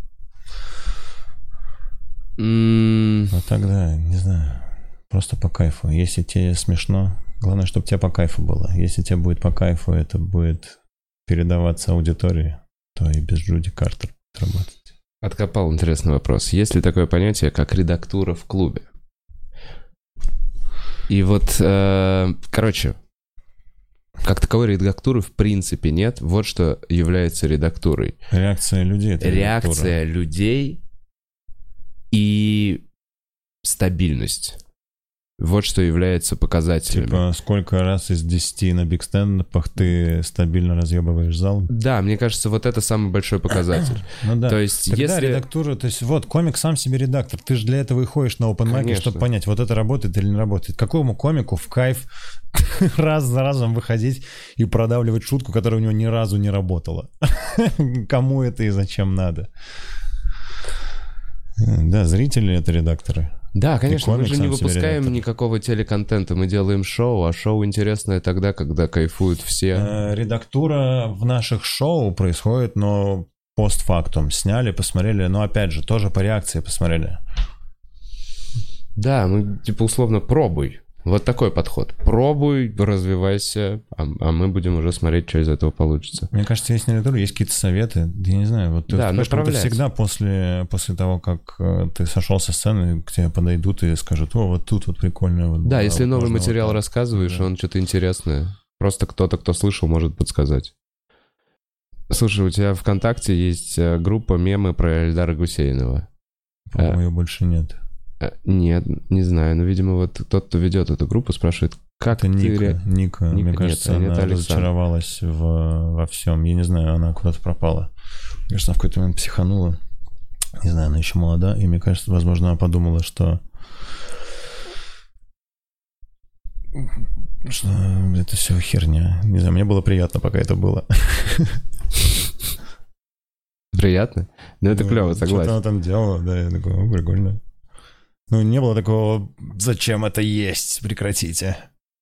А тогда, не знаю, просто по кайфу. Если тебе смешно, главное, чтобы тебе по кайфу было. Если тебе будет по кайфу, это будет передаваться аудитории, то и без Джуди Картер будет работать. Откопал интересный вопрос. Есть ли такое понятие, как редактура в клубе? И вот, короче, как таковой редактуры в принципе нет. Вот что является редактурой. Реакция людей. Это реакция людей и стабильность. Вот что является показателем. Типа, сколько раз из 10 на бигстендапах ты стабильно разъебываешь зал? Да, мне кажется, вот это самый большой показатель. Ну да. То есть, тогда если... редактура, то есть вот комик сам себе редактор. Ты же для этого и ходишь на open-mic, чтобы понять, вот это работает или не работает. Какому комику в кайф раз за разом выходить и продавливать шутку, которая у него ни разу не работала? Кому это и зачем надо? Да, зрители — это редакторы. Да, конечно, мы же не выпускаем никакого телеконтента, мы делаем шоу, а шоу интересное тогда, когда кайфуют все. Редактура в наших шоу происходит, но постфактум. Сняли, посмотрели, но опять же, тоже по реакции посмотрели. Да, мы типа условно пробуй. Вот такой подход. Пробуй, развивайся, а мы будем уже смотреть, что из этого получится. Мне кажется, есть на редактуре, есть какие-то советы. Я не знаю, вот ты всегда после того, как ты сошел со сцены, к тебе подойдут и скажут: о, вот тут вот прикольно. Вот, да, если новый материал рассказываешь, да, он что-то интересное. Просто кто-то, кто слышал, может подсказать. Слушай, у тебя ВКонтакте есть группа мемы про Эльдара Гусейнова. По-моему, ее больше нет. Нет, не знаю, но, видимо, вот тот, кто ведет эту группу, спрашивает, как это ты... Ника. Мне кажется, она разочаровалась во всем. Я не знаю, она куда-то пропала. Мне кажется, она в какой-то момент психанула. Не знаю, она еще молода, и мне кажется, возможно, она подумала, что это все херня. Не знаю, мне было приятно, пока это было. Приятно? Ну, это клево, согласен. Что-то она там делала, да, я такой, прикольно. Ну, не было такого: зачем это есть, прекратите.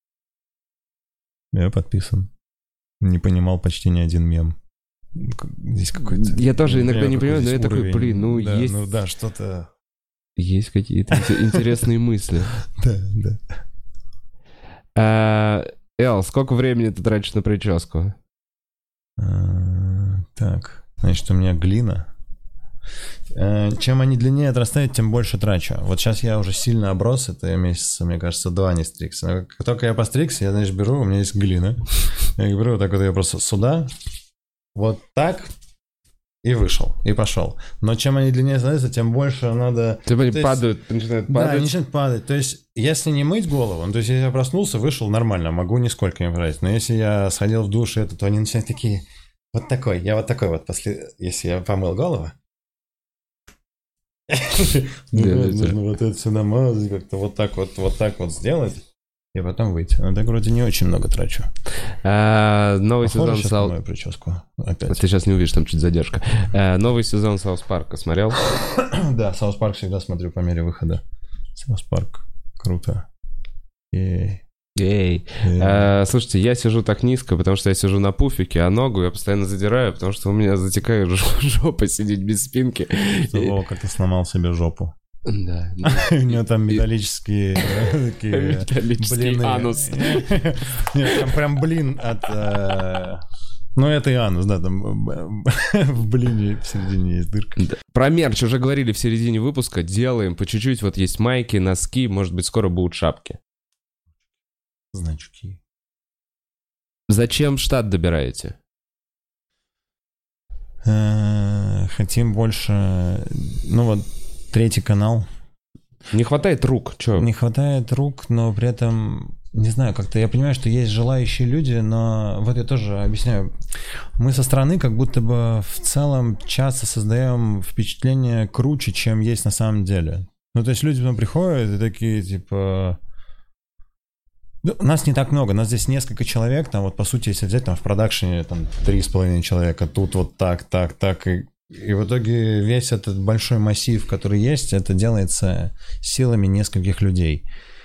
Я подписан. Не понимал почти ни один мем. Здесь какой-то... Я тоже иногда не понимаю, но я такой, блин, ну да, есть... Ну да, что-то... Есть какие-то интересные мысли. Да. Эл, сколько времени ты тратишь на прическу? Так, значит, у меня глина. Чем они длиннее отрастают, тем больше трачу. Вот сейчас я уже сильно оброс, это я месяца, мне кажется, 2 не стригся. Но как только я постригся, я, значит, беру, у меня есть глина. Я беру вот так вот, я просто сюда, вот так, и вышел, и пошел. Но чем они длиннее становятся, тем больше надо... Типа они падают, начинают падать? Да, они начинают падать. То есть, если не мыть голову, то есть, если я проснулся, вышел, нормально, могу нисколько не потратить. Но если я сходил в душ, то они начинают такие... Вот такой, я вот такой вот, после... если я помыл голову, нужно вот это все намазать, как-то вот так вот сделать, и потом выйти. Но так вроде не очень много трачу. Новый сезон Саус... мою прическу опять. Ты сейчас не увидишь, там чуть задержка. Новый сезон Саус Парка смотрел? Да, Саус Парк всегда смотрю по мере выхода. Саус Парк. Круто. Слушайте, я сижу так низко, потому что я сижу на пуфике, а ногу я постоянно задираю, потому что у меня затекает жопа сидеть без спинки. О, как ты сломал себе жопу. Да. У него там металлические такие... Металлический анус. Нет, прям блин от... Ну, это и анус, да, там в блине в середине есть дырка. Да. Про мерч уже говорили в середине выпуска, делаем по чуть-чуть, вот есть майки, носки, может быть, скоро будут шапки. Значки. Зачем штат добираете? Хотим больше... Ну вот, 3-й канал. Не хватает рук, чё? Не хватает рук, но при этом... Не знаю, как-то я понимаю, что есть желающие люди, но вот я тоже объясняю. Мы со стороны как будто бы в целом часто создаем впечатление круче, чем есть на самом деле. Ну, то есть люди потом приходят и такие, типа... Нас не так много, нас здесь несколько человек, там вот по сути, если взять, там в продакшене там 3,5 человека, тут вот так, и в итоге весь этот большой массив, который есть, это делается силами нескольких людей.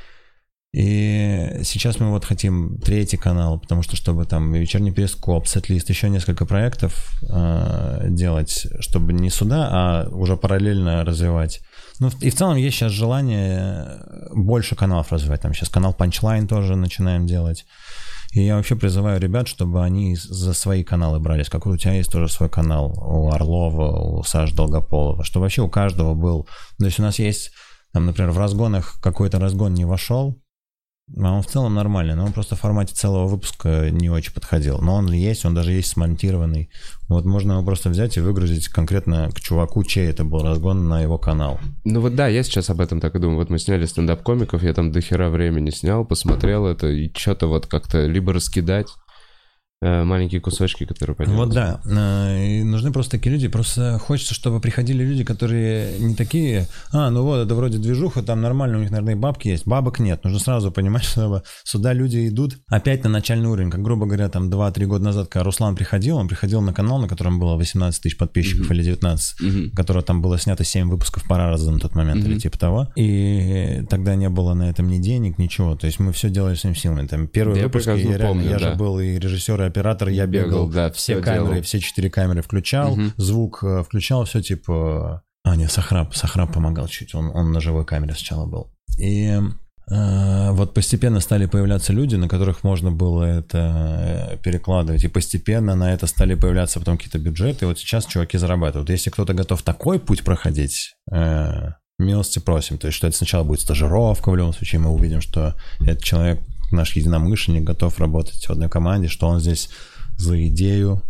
И сейчас мы вот хотим 3-й канал, потому что чтобы там вечерний перископ, сет-лист, еще несколько проектов делать, чтобы не сюда, а уже параллельно развивать. Ну и в целом есть сейчас желание больше каналов развивать. Там сейчас канал Punchline тоже начинаем делать. И я вообще призываю ребят, чтобы они за свои каналы брались. Как у тебя есть тоже свой канал, у Орлова, у Саши Долгополова, чтобы вообще у каждого был. То есть у нас есть, там, например, в разгонах какой-то разгон не вошел, а он в целом нормальный, но он просто в формате целого выпуска не очень подходил. Но он есть, он даже есть смонтированный. Вот можно его просто взять и выгрузить конкретно к чуваку, чей это был разгон на его канал. Ну вот да, я сейчас об этом так и думаю. Вот мы сняли стендап-комиков, я там до хера времени снял, посмотрел это, и что-то вот как-то либо раскидать, маленькие кусочки, которые поделать. Вот да, и нужны просто такие люди, просто хочется, чтобы приходили люди, которые не такие, ну вот, это вроде движуха, там нормально, у них, наверное, и бабки есть, бабок нет, нужно сразу понимать, что сюда люди идут опять на начальный уровень, как, грубо говоря, там 2-3 года назад, когда Руслан приходил, он приходил на канал, на котором было 18 тысяч подписчиков или 19, которого там было снято 7 выпусков пора раза на тот момент или типа того, и тогда не было на этом ни денег, ничего, то есть мы все делали своими силами, там первый выпуск, я же был и режиссер, и оператор, я бегал, все камеры, делал. Все 4 камеры включал, звук включал, все типа... Нет, Сахраб помогал чуть, он на живой камере сначала был. И вот постепенно стали появляться люди, на которых можно было это перекладывать, и постепенно на это стали появляться потом какие-то бюджеты, и вот сейчас чуваки зарабатывают. Если кто-то готов такой путь проходить... милости просим, то есть что это сначала будет стажировка, в любом случае мы увидим, что этот человек, наш единомышленник, готов работать в одной команде, что он здесь за идею.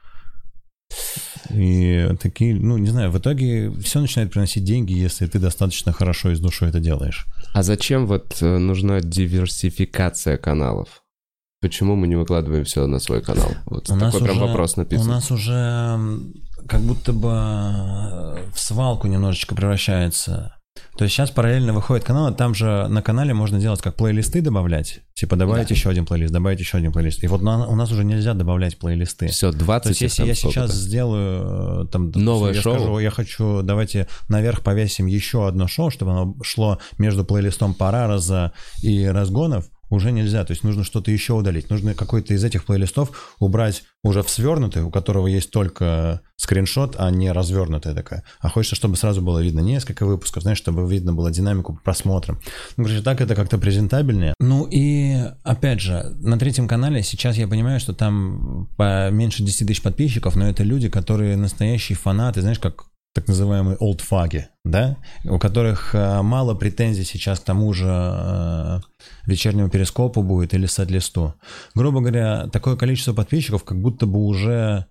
И такие, не знаю, в итоге все начинает приносить деньги, если ты достаточно хорошо и с душой это делаешь. А зачем вот нужна диверсификация каналов? Почему мы не выкладываем все на свой канал? Вот такой прям вопрос написан. У нас уже как будто бы в свалку немножечко превращается. То есть сейчас параллельно выходит канал, там же на канале можно делать как плейлисты добавлять. Типа добавить еще один плейлист, добавить еще один плейлист. И вот у нас уже нельзя добавлять плейлисты. Все, 20. То есть если я сейчас сделаю там новое шоу, скажу, я хочу, давайте наверх повесим еще одно шоу, чтобы оно шло между плейлистом Парараза и Разгонов, уже нельзя, то есть нужно что-то еще удалить. Нужно какой-то из этих плейлистов убрать уже в свернутый, у которого есть только скриншот, а не развернутая такая. А хочется, чтобы сразу было видно несколько выпусков, знаешь, чтобы видно было динамику по просмотрам. Ну, короче, так это как-то презентабельнее. Ну и, опять же, на третьем канале сейчас я понимаю, что там меньше 10 тысяч подписчиков, но это люди, которые настоящие фанаты, знаешь, как так называемые олдфаги, да, у которых мало претензий сейчас к тому же вечернему перископу будет или сет-листу. Грубо говоря, такое количество подписчиков как будто бы уже...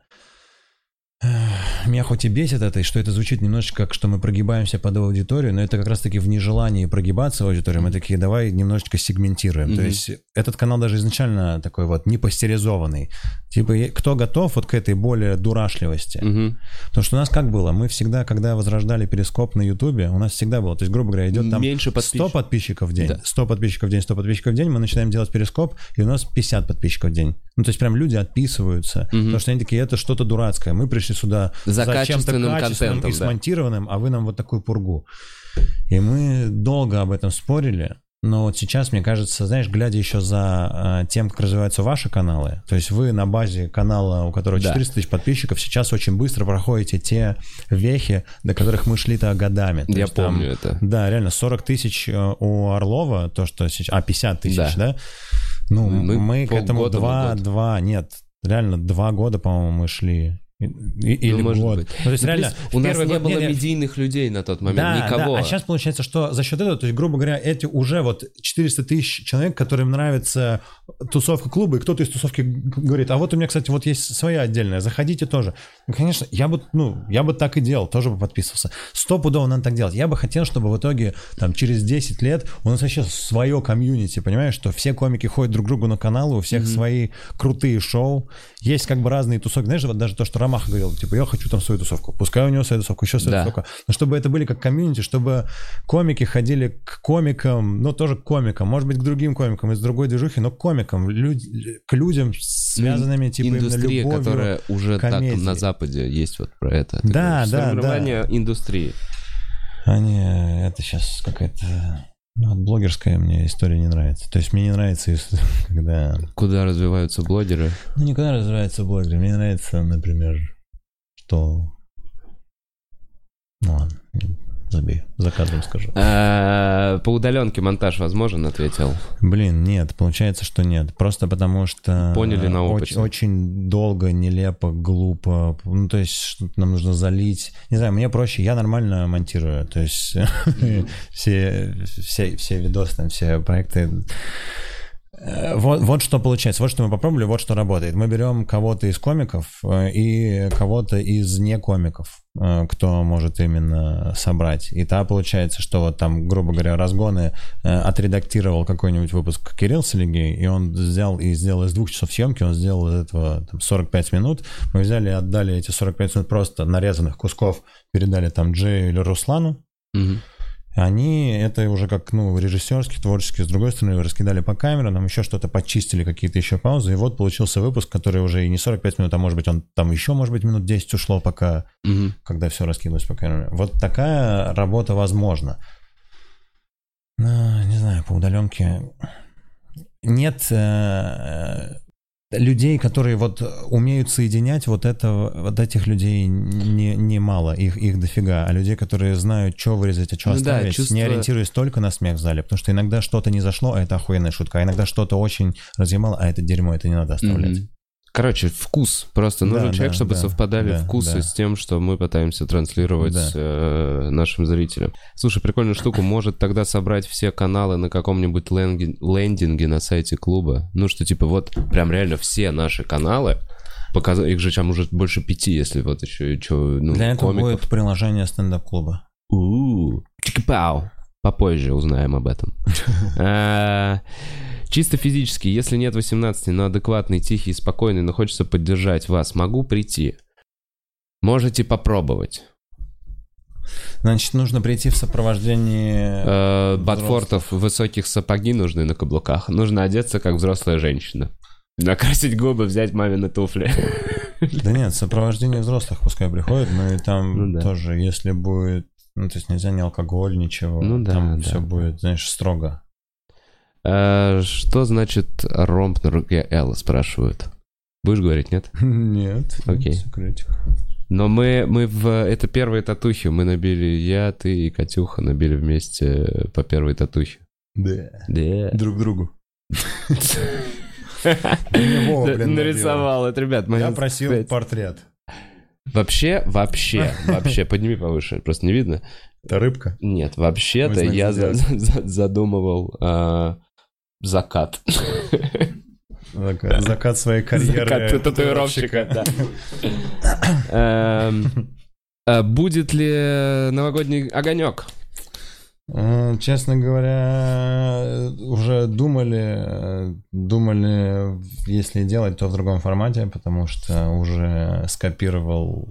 Меня хоть и бесит это, и что это звучит немножечко как, что мы прогибаемся под аудиторию, но это как раз-таки в нежелании прогибаться в аудиторию, мы такие, давай немножечко сегментируем. То есть этот канал даже изначально такой вот не пастеризованный. Типа, кто готов вот к этой более дурашливости? Потому что у нас как было? Мы всегда, когда возрождали перископ на Ютубе, у нас всегда было, то есть, грубо говоря, идет там 100 подписчиков в день, да. 100 подписчиков в день, 100 подписчиков в день, мы начинаем делать перископ, и у нас 50 подписчиков в день. Ну, то есть прям люди отписываются, потому что они такие, это что-то дурацкое, мы пришли сюда за качественным контентом и смонтированным, а вы нам вот такую пургу. И мы долго об этом спорили, но вот сейчас, мне кажется, знаешь, глядя еще за тем, как развиваются ваши каналы, то есть вы на базе канала, у которого 400 тысяч подписчиков, сейчас очень быстро проходите те вехи, до которых мы шли-то годами. Я помню это. Да, реально, 40 тысяч у Орлова, то, что сейчас... 50 тысяч, да? Ну, мы к этому 2 года, по-моему, мы шли. Или год. Ну, то есть реально, у нас не было медийных людей на тот момент, никого. Да, а сейчас получается, что за счет этого, то есть, грубо говоря, эти уже вот 400 тысяч человек, которым нравится тусовка клуба, и кто-то из тусовки говорит, а вот у меня, кстати, вот есть своя отдельная, заходите тоже. Ну, конечно, я бы так и делал, тоже бы подписывался. Стопудово надо так делать. Я бы хотел, чтобы в итоге там через 10 лет у нас вообще свое комьюнити, понимаешь, что все комики ходят друг к другу на каналы, у всех свои крутые шоу, есть как бы разные тусовки. Знаешь, вот даже то, что Ромаха говорил, типа, я хочу там свою тусовку, пускай у него своя тусовка, еще своя тусовка, но чтобы это были как комьюнити, чтобы комики ходили к комикам, но тоже к комикам, может быть, к другим комикам из другой движухи, но к комикам, к людям, связанными типа индустрия, именно любовью, которая уже комедии. Так на Западе есть вот про это. Да. Формирование индустрии. Это сейчас какая-то... Вот блогерская мне история не нравится. То есть мне не нравится, когда... Куда развиваются блогеры? Ну, никуда развиваются блогеры. Мне нравится, например, что... Ну ладно, забей, за кадром скажу. По удаленке монтаж возможен, ответил? Блин, нет, получается, что нет. Просто потому что... Поняли на опыте. Очень долго, нелепо, глупо. Ну, то есть, что-то нам нужно залить. Не знаю, мне проще, я нормально монтирую. То есть, все видосы, там, все проекты... Вот что получается, вот что мы попробовали, вот что работает. Мы берем кого-то из комиков и кого-то из некомиков, кто может именно собрать. И та получается, что вот там, грубо говоря, разгоны отредактировал какой-нибудь выпуск Кирилл Селигей, и он сделал из 2 часов съемки, он сделал из этого там 45 минут. Мы взяли и отдали эти 45 минут просто нарезанных кусков, передали там Джею или Руслану. Они это уже как, режиссерский, творческий, с другой стороны, раскидали по камерам, нам еще что-то почистили, какие-то еще паузы, и вот получился выпуск, который уже и не 45 минут, а может быть, он там еще, может быть, минут 10 ушло, пока, когда все раскинулось по камерам. Вот такая работа возможна. Но, не знаю, по удаленке нет людей, которые вот умеют соединять, вот этих людей немало, их дофига, а людей, которые знают, что вырезать, а что оставить, не ориентируясь только на смех в зале, потому что иногда что-то не зашло, а это охуенная шутка, а иногда что-то очень разъемало, а это дерьмо, это не надо оставлять. Короче, вкус. Просто нужен человек, чтобы совпадали вкусы с тем, что мы пытаемся транслировать нашим зрителям. Слушай, прикольную штуку. Может тогда собрать все каналы на каком-нибудь лендинге на сайте клуба? Ну, что типа вот прям реально все наши каналы, показать, их же там уже больше 5, если вот еще и что, Для этого будет приложение стендап-клуба. Чики-пау. Попозже узнаем об этом. Чисто физически, если нет 18, но адекватный, тихий, спокойный, но хочется поддержать вас, могу прийти. Можете попробовать. Значит, нужно прийти в сопровождении... Ботфортов высоких сапоги нужны на каблуках. Нужно одеться, как взрослая женщина. Накрасить губы, взять мамины туфли. Да нет, сопровождение взрослых пускай приходит, но и там тоже, если будет... то есть нельзя ни алкоголь, ничего. Там все будет, знаешь, строго. Что значит ромб на руке Элла, спрашивают. Будешь говорить, нет? Нет. Окей. Секретик. Но мы это первые татухи. Мы набили, я, ты и Катюха набили вместе по первой татухе. Да. Да. Друг другу. Нарисовал это, ребят. Я просил портрет. Вообще, подними повыше, просто не видно. Это рыбка? Нет, вообще-то я задумывал закат. Закат своей карьеры. Закат татуировщика, да. Будет ли новогодний огонек? Честно говоря, уже думали, если делать, то в другом формате, потому что уже скопировал...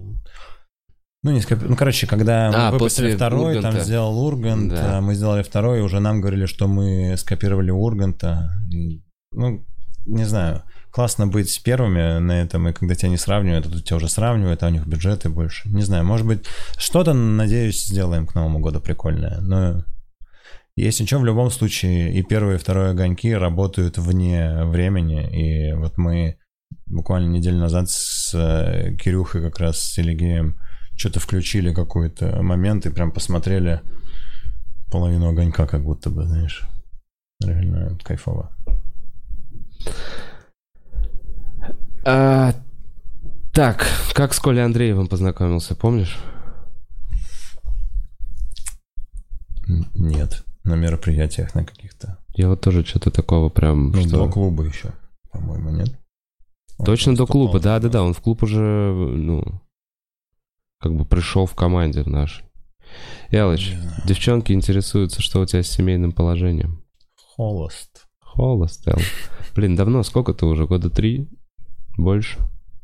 когда мы выпустили второй, Урганта. там сделал Ургант, Да. мы сделали второй, и уже нам говорили, что мы скопировали Урганта. И, не знаю, классно быть первыми на этом, и когда тебя не сравнивают, а тут тебя уже сравнивают, а у них бюджеты больше. Не знаю, может быть, что-то, надеюсь, сделаем к Новому году прикольное. Но если что, в любом случае и первый, и второй огоньки работают вне времени. И вот мы буквально неделю назад с Кирюхой как раз с Селигеем что-то включили какой-то момент и прям посмотрели половину огонька, как будто бы, знаешь. Реально кайфово. Так, как с Колей Андреевым познакомился, помнишь? Нет, на мероприятиях на каких-то. Я вот тоже что-то такого прям... До клуба еще, по-моему, нет? Точно до клуба, да, он в клуб уже, как бы пришел в команде в нашей. Ялыч, девчонки интересуются, что у тебя с семейным положением. Холост, Эл. Блин, давно, сколько ты уже? Года 3? Больше?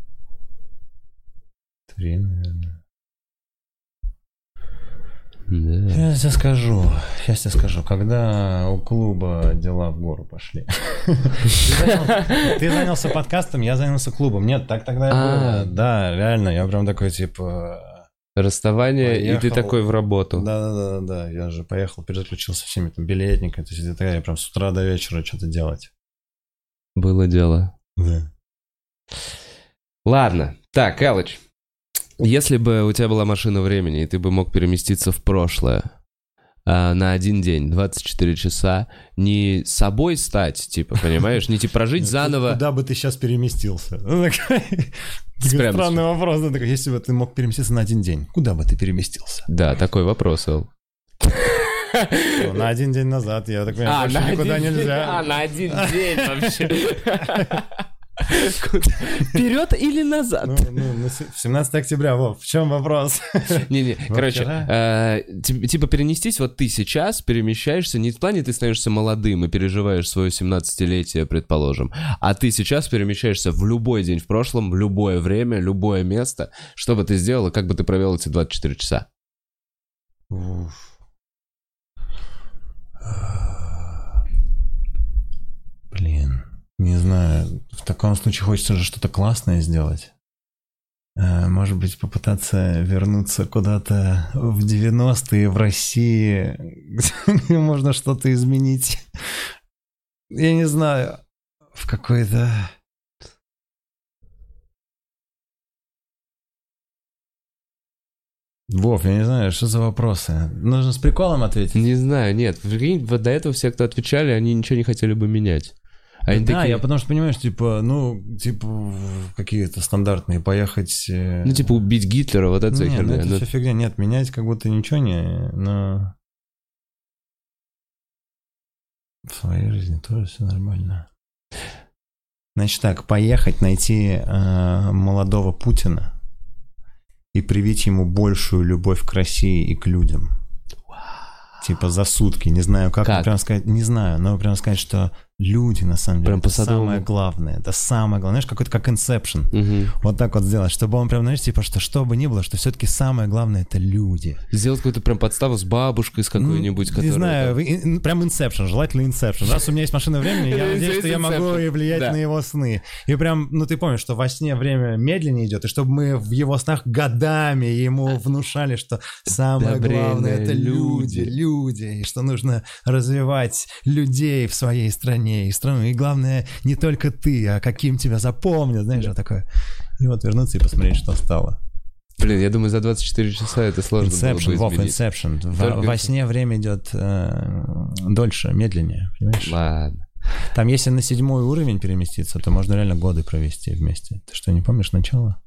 3, наверное. Да. Сейчас тебе скажу, когда у клуба дела в гору пошли. Ты занялся подкастом, я занялся клубом. Нет, так тогда и было. Да, реально, я прям такой, типа... Расставание, поехал. И ты такой в работу. Да, я же поехал, переключился всеми там билетниками, то есть это я прям с утра до вечера что-то делать. Было дело. Да. Ладно, так, Элыч, если бы у тебя была машина времени, и ты бы мог переместиться в прошлое на один день, 24 часа, не собой стать, типа, понимаешь, не типа прожить заново... Куда бы ты сейчас переместился? Такой странный вопрос. Если бы ты мог переместиться на один день, куда бы ты переместился? Да, такой вопрос, Эл. На один день назад, я так понимаю, больше никуда нельзя. На один день вообще. Вперед или назад? 17 октября, Вов, в чем вопрос? Не-не, короче, типа перенестись, вот ты сейчас перемещаешься, не в плане ты становишься молодым и переживаешь свое 17-летие, предположим, а ты сейчас перемещаешься в любой день в прошлом, в любое время, любое место. Что бы ты сделал и как бы ты провел эти 24 часа? Блин, не знаю. В таком случае хочется же что-то классное сделать. Может быть, попытаться вернуться куда-то в 90-е в России, где можно что-то изменить. Я не знаю, в какой-то... Вов, я не знаю, что за вопросы? Нужно с приколом ответить. Не знаю, нет. Вот до этого все, кто отвечали, они ничего не хотели бы менять. Они да, такие... я потому что, понимаешь, типа, какие-то стандартные, поехать... убить Гитлера, вот это херня. Нет, это все фигня. Нет, менять как будто ничего не... Но... В своей жизни тоже все нормально. Значит так, поехать, найти молодого Путина и привить ему большую любовь к России и к людям. Типа за сутки. Не знаю, как? Прям сказать, не знаю, но прям сказать, что люди, на самом деле. Прям это по-садовому. самое главное. Это самое главное. Знаешь, какой-то как Inception. Вот так вот сделать, чтобы он прям, знаешь, типа, что бы ни было, что все-таки самое главное — это люди. Сделать какую-то прям подставу с бабушкой, с какой-нибудь, которая... Не знаю, прям Inception, желательно Inception. Раз у меня есть машина времени, я надеюсь, что я могу и влиять на его сны. И прям, ну ты помнишь, что во сне время медленнее идет, и чтобы мы в его снах годами ему внушали, что самое главное — это люди, и что нужно развивать людей в своей стране и страну. И главное, не только ты, а каким тебя запомнят, знаешь, вот такое. И вот вернуться и посмотреть, что стало. Блин, я думаю, за 24 часа это сложно Inception, было бы изменить. Inception. Во сне время идет дольше, медленнее, понимаешь? Ладно. Там, если на 7-й уровень переместиться, то можно реально годы провести вместе. Ты что, не помнишь начало?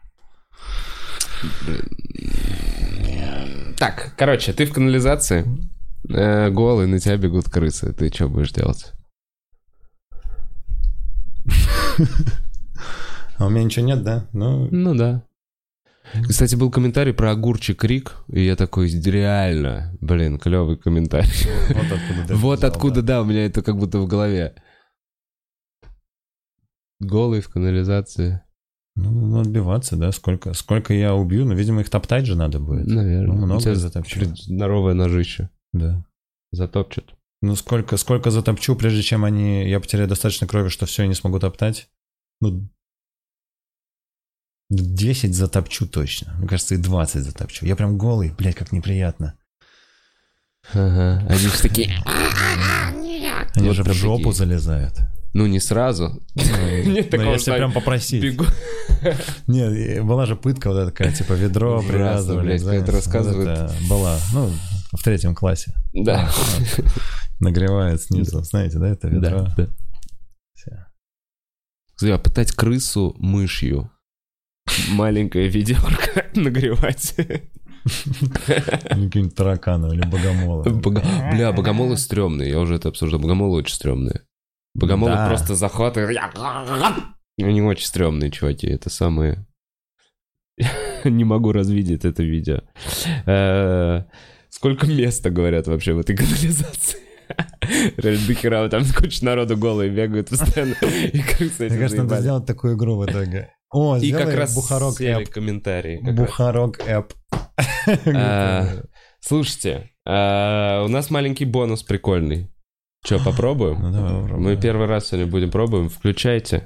Так, короче, ты в канализации, голый, на тебя бегут крысы. Ты что будешь делать? А у меня ничего нет, да? Ну да. Кстати, был комментарий про огурчик Рик, и я такой, реально, блин, клевый комментарий. Вот откуда, да, у меня это как будто в голове. Голый в канализации. Ну, отбиваться, да, сколько я убью, но, видимо, их топтать же надо будет. Наверное. Ну, много затопчу. Здоровое ножище. Да. Затопчут. Ну, сколько затопчу, прежде чем я потеряю достаточно крови, что все, я не смогу топтать. Ну, 10 затопчу точно. Мне кажется, и 20 затопчу. Я прям голый, блядь, как неприятно. Ага. Они же такие... Они же в жопу залезают. Ну, не сразу. Нет такого, если прям попросить. Нет, была же пытка вот такая, типа ведро привязывали. Блядь, это рассказывают. Была, ну, в 3 классе. Да. Нагревает снизу, знаете, да, это ведро. Да. А пытать крысу мышью. Маленькое ведерко нагревать. Какие-нибудь тараканы или богомолы. Бля, богомолы стрёмные, я уже это обсуждал. Богомолы очень стрёмные. Богомолы просто захватывают. Они очень стрёмные, чуваки. Это самые... Не могу развидеть это видео. Сколько места, говорят, вообще в этой канализации? Реально, дохера, там куча народу голые бегают постоянно. Мне кажется, надо сделать такую игру в итоге. О, и как раз Бухарок сели комментарии. Бухарок эп. Слушайте, у нас маленький бонус прикольный. Че, попробуем? Ну, давай попробуем. Мы первый раз сегодня будем пробуем. Включайте.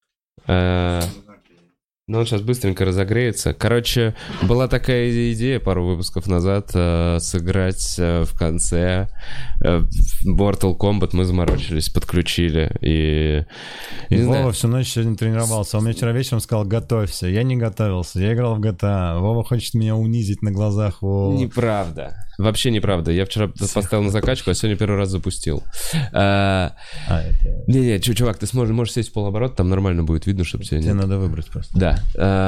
Ну, он сейчас быстренько разогреется. Короче, была такая идея пару выпусков назад сыграть в конце Mortal Kombat. Мы заморочились, подключили. И Вова всю ночь сегодня тренировался. Он мне вчера вечером сказал, готовься. Я не готовился. Я играл в GTA. Вова хочет меня унизить на глазах. Неправда. Вообще неправда. Я вчера поставил на закачку, а сегодня первый раз запустил. Не-не, чувак, ты можешь сесть в полоборота, там нормально будет видно, чтобы тебя... Тебе надо выбрать просто. Да.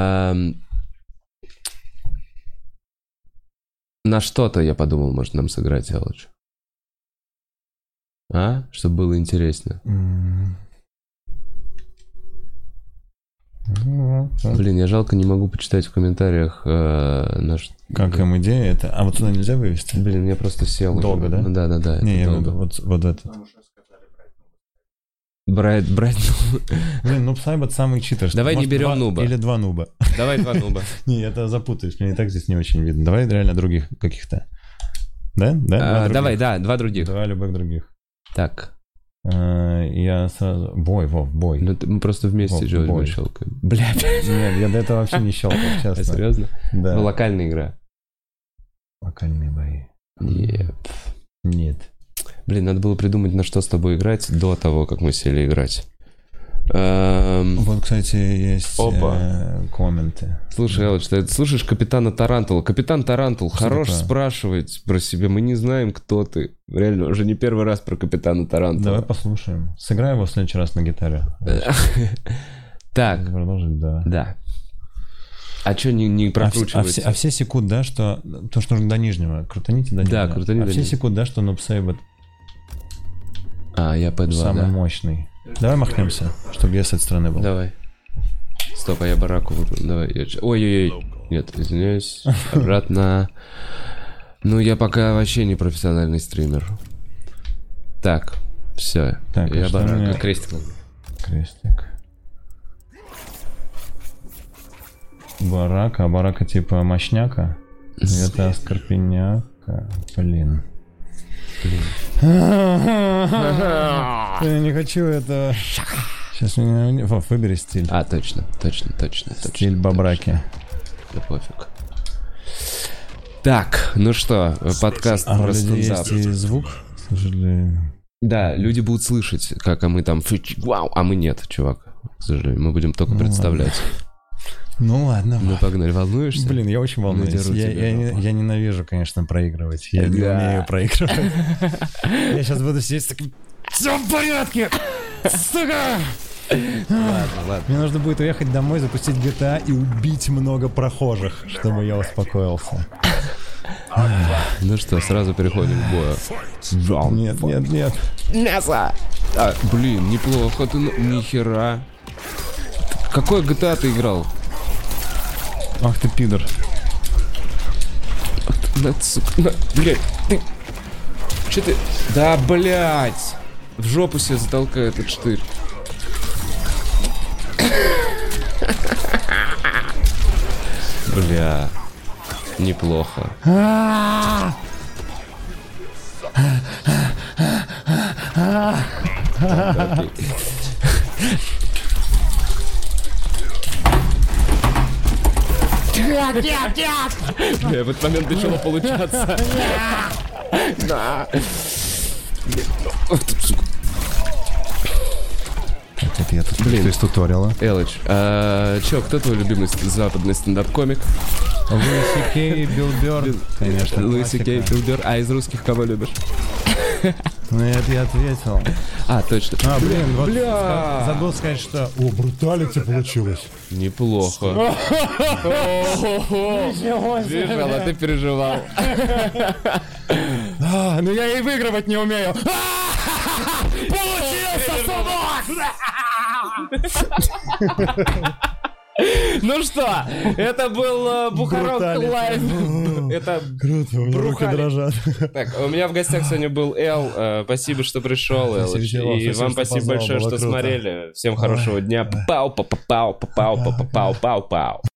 На что-то я подумал, может, нам сыграть, Ялыч. Чтобы было интересно. Блин, я жалко не могу почитать в комментариях наш... Как им идея это? А вот сюда нельзя вывести? Блин, я просто сел. Долго, да? Да. Не, я веду вот это. Брать Блин, нуб Сайбот самый читерский. Давай не берем нуба. Или 2 нуба. Давай 2 нуба. Не, я это запутаюсь, мне и так здесь не очень видно. Давай реально других каких-то. Да? Давай, 2 других. Давай любых других. Так. Я сразу... Бой. Ну, мы просто вместе же щелкаем. Блядь. Нет, я до этого вообще не щелкал, честно. Серьезно? Да. Ну, локальная игра. Локальные бои. Нет. Блин, надо было придумать, на что с тобой играть до того, как мы сели играть. Вот, кстати, есть комменты. Слушай, Элыч, ты слушаешь Капитана Тарантула? Капитан Тарантул, хорош спрашивать про себя. Мы не знаем, кто ты. Реально, уже не первый раз про Капитана Тарантула. Давай послушаем. Сыграй его в следующий раз на гитаре. Так. Продолжить, да. Да. А что не прокручивается? А все секут, да, что... То, что нужно до нижнего. Крутаните до нижнего. Да, крутаните до нижнего. А все секут, да, что Noob Saibot я P2, самый мощный. Давай махнемся, чтобы я с этой стороны был. Давай. Стоп, а я бараку выбрал. Давай. Ой-ой-ой. Нет, извиняюсь. Обратно. Ну, я пока вообще не профессиональный стример. Так. Все, Так, я что барака. мне- Крестик. Крестик. Барака, а барака типа мощняка? Это скорпеняка. Блин. Я не хочу это. Сейчас меня... Вов, выбери стиль. А, точно. Стиль бабраки. Да пофиг. Так, ну что, подкаст А у про людей стендап. есть и звук, к сожалению. Да, люди будут слышать, как мы там вау, а мы нет, чувак. К сожалению, мы будем только представлять. Ну ладно. Ну погнали, волнуешься? Блин, я очень волнуюсь. Надеру тебя, Я ненавижу, конечно, проигрывать. Я не Да. умею проигрывать. Я сейчас буду сидеть с таким... Все в порядке! Сука! Ладно. Мне нужно будет уехать домой, запустить GTA и убить много прохожих, чтобы я успокоился. Ну что, сразу переходим к бою. Вау. Нет. Мясо! А, блин, неплохо ты, нихера. Какой GTA ты играл? Ах ты пидор. Блять, ты... Че ты... Да, блять! В жопу себе затолкай этот штырь. Бля. Неплохо. Бля, в этот момент начало получаться. Да. Это я тут Блин. из туториала. Элыч, чё, кто твой любимый западный стендап-комик? Луи Си Билл Бёрр, конечно. Луи Си Кей, классика. Билл Бёрр. А из русских кого любишь? Ну это я ответил. А, точно. А, блин, вот Бля. забыл сказать, что... О, бруталити получилось. Неплохо. Бежал, а ты переживал. Ну я и выигрывать не умею. Получился, Ну что, это был Бухарок Бруталити. Лайв. Это Круто, у меня руки Брухали. дрожат. так, у меня в гостях сегодня был Эл. Спасибо, что пришел, Эл. Спасибо вам, И спасибо, вам что спасибо позвал, большое, было что круто. смотрели. Всем хорошего дня. Пау-пау-пау-пау-пау-пау-пау-пау.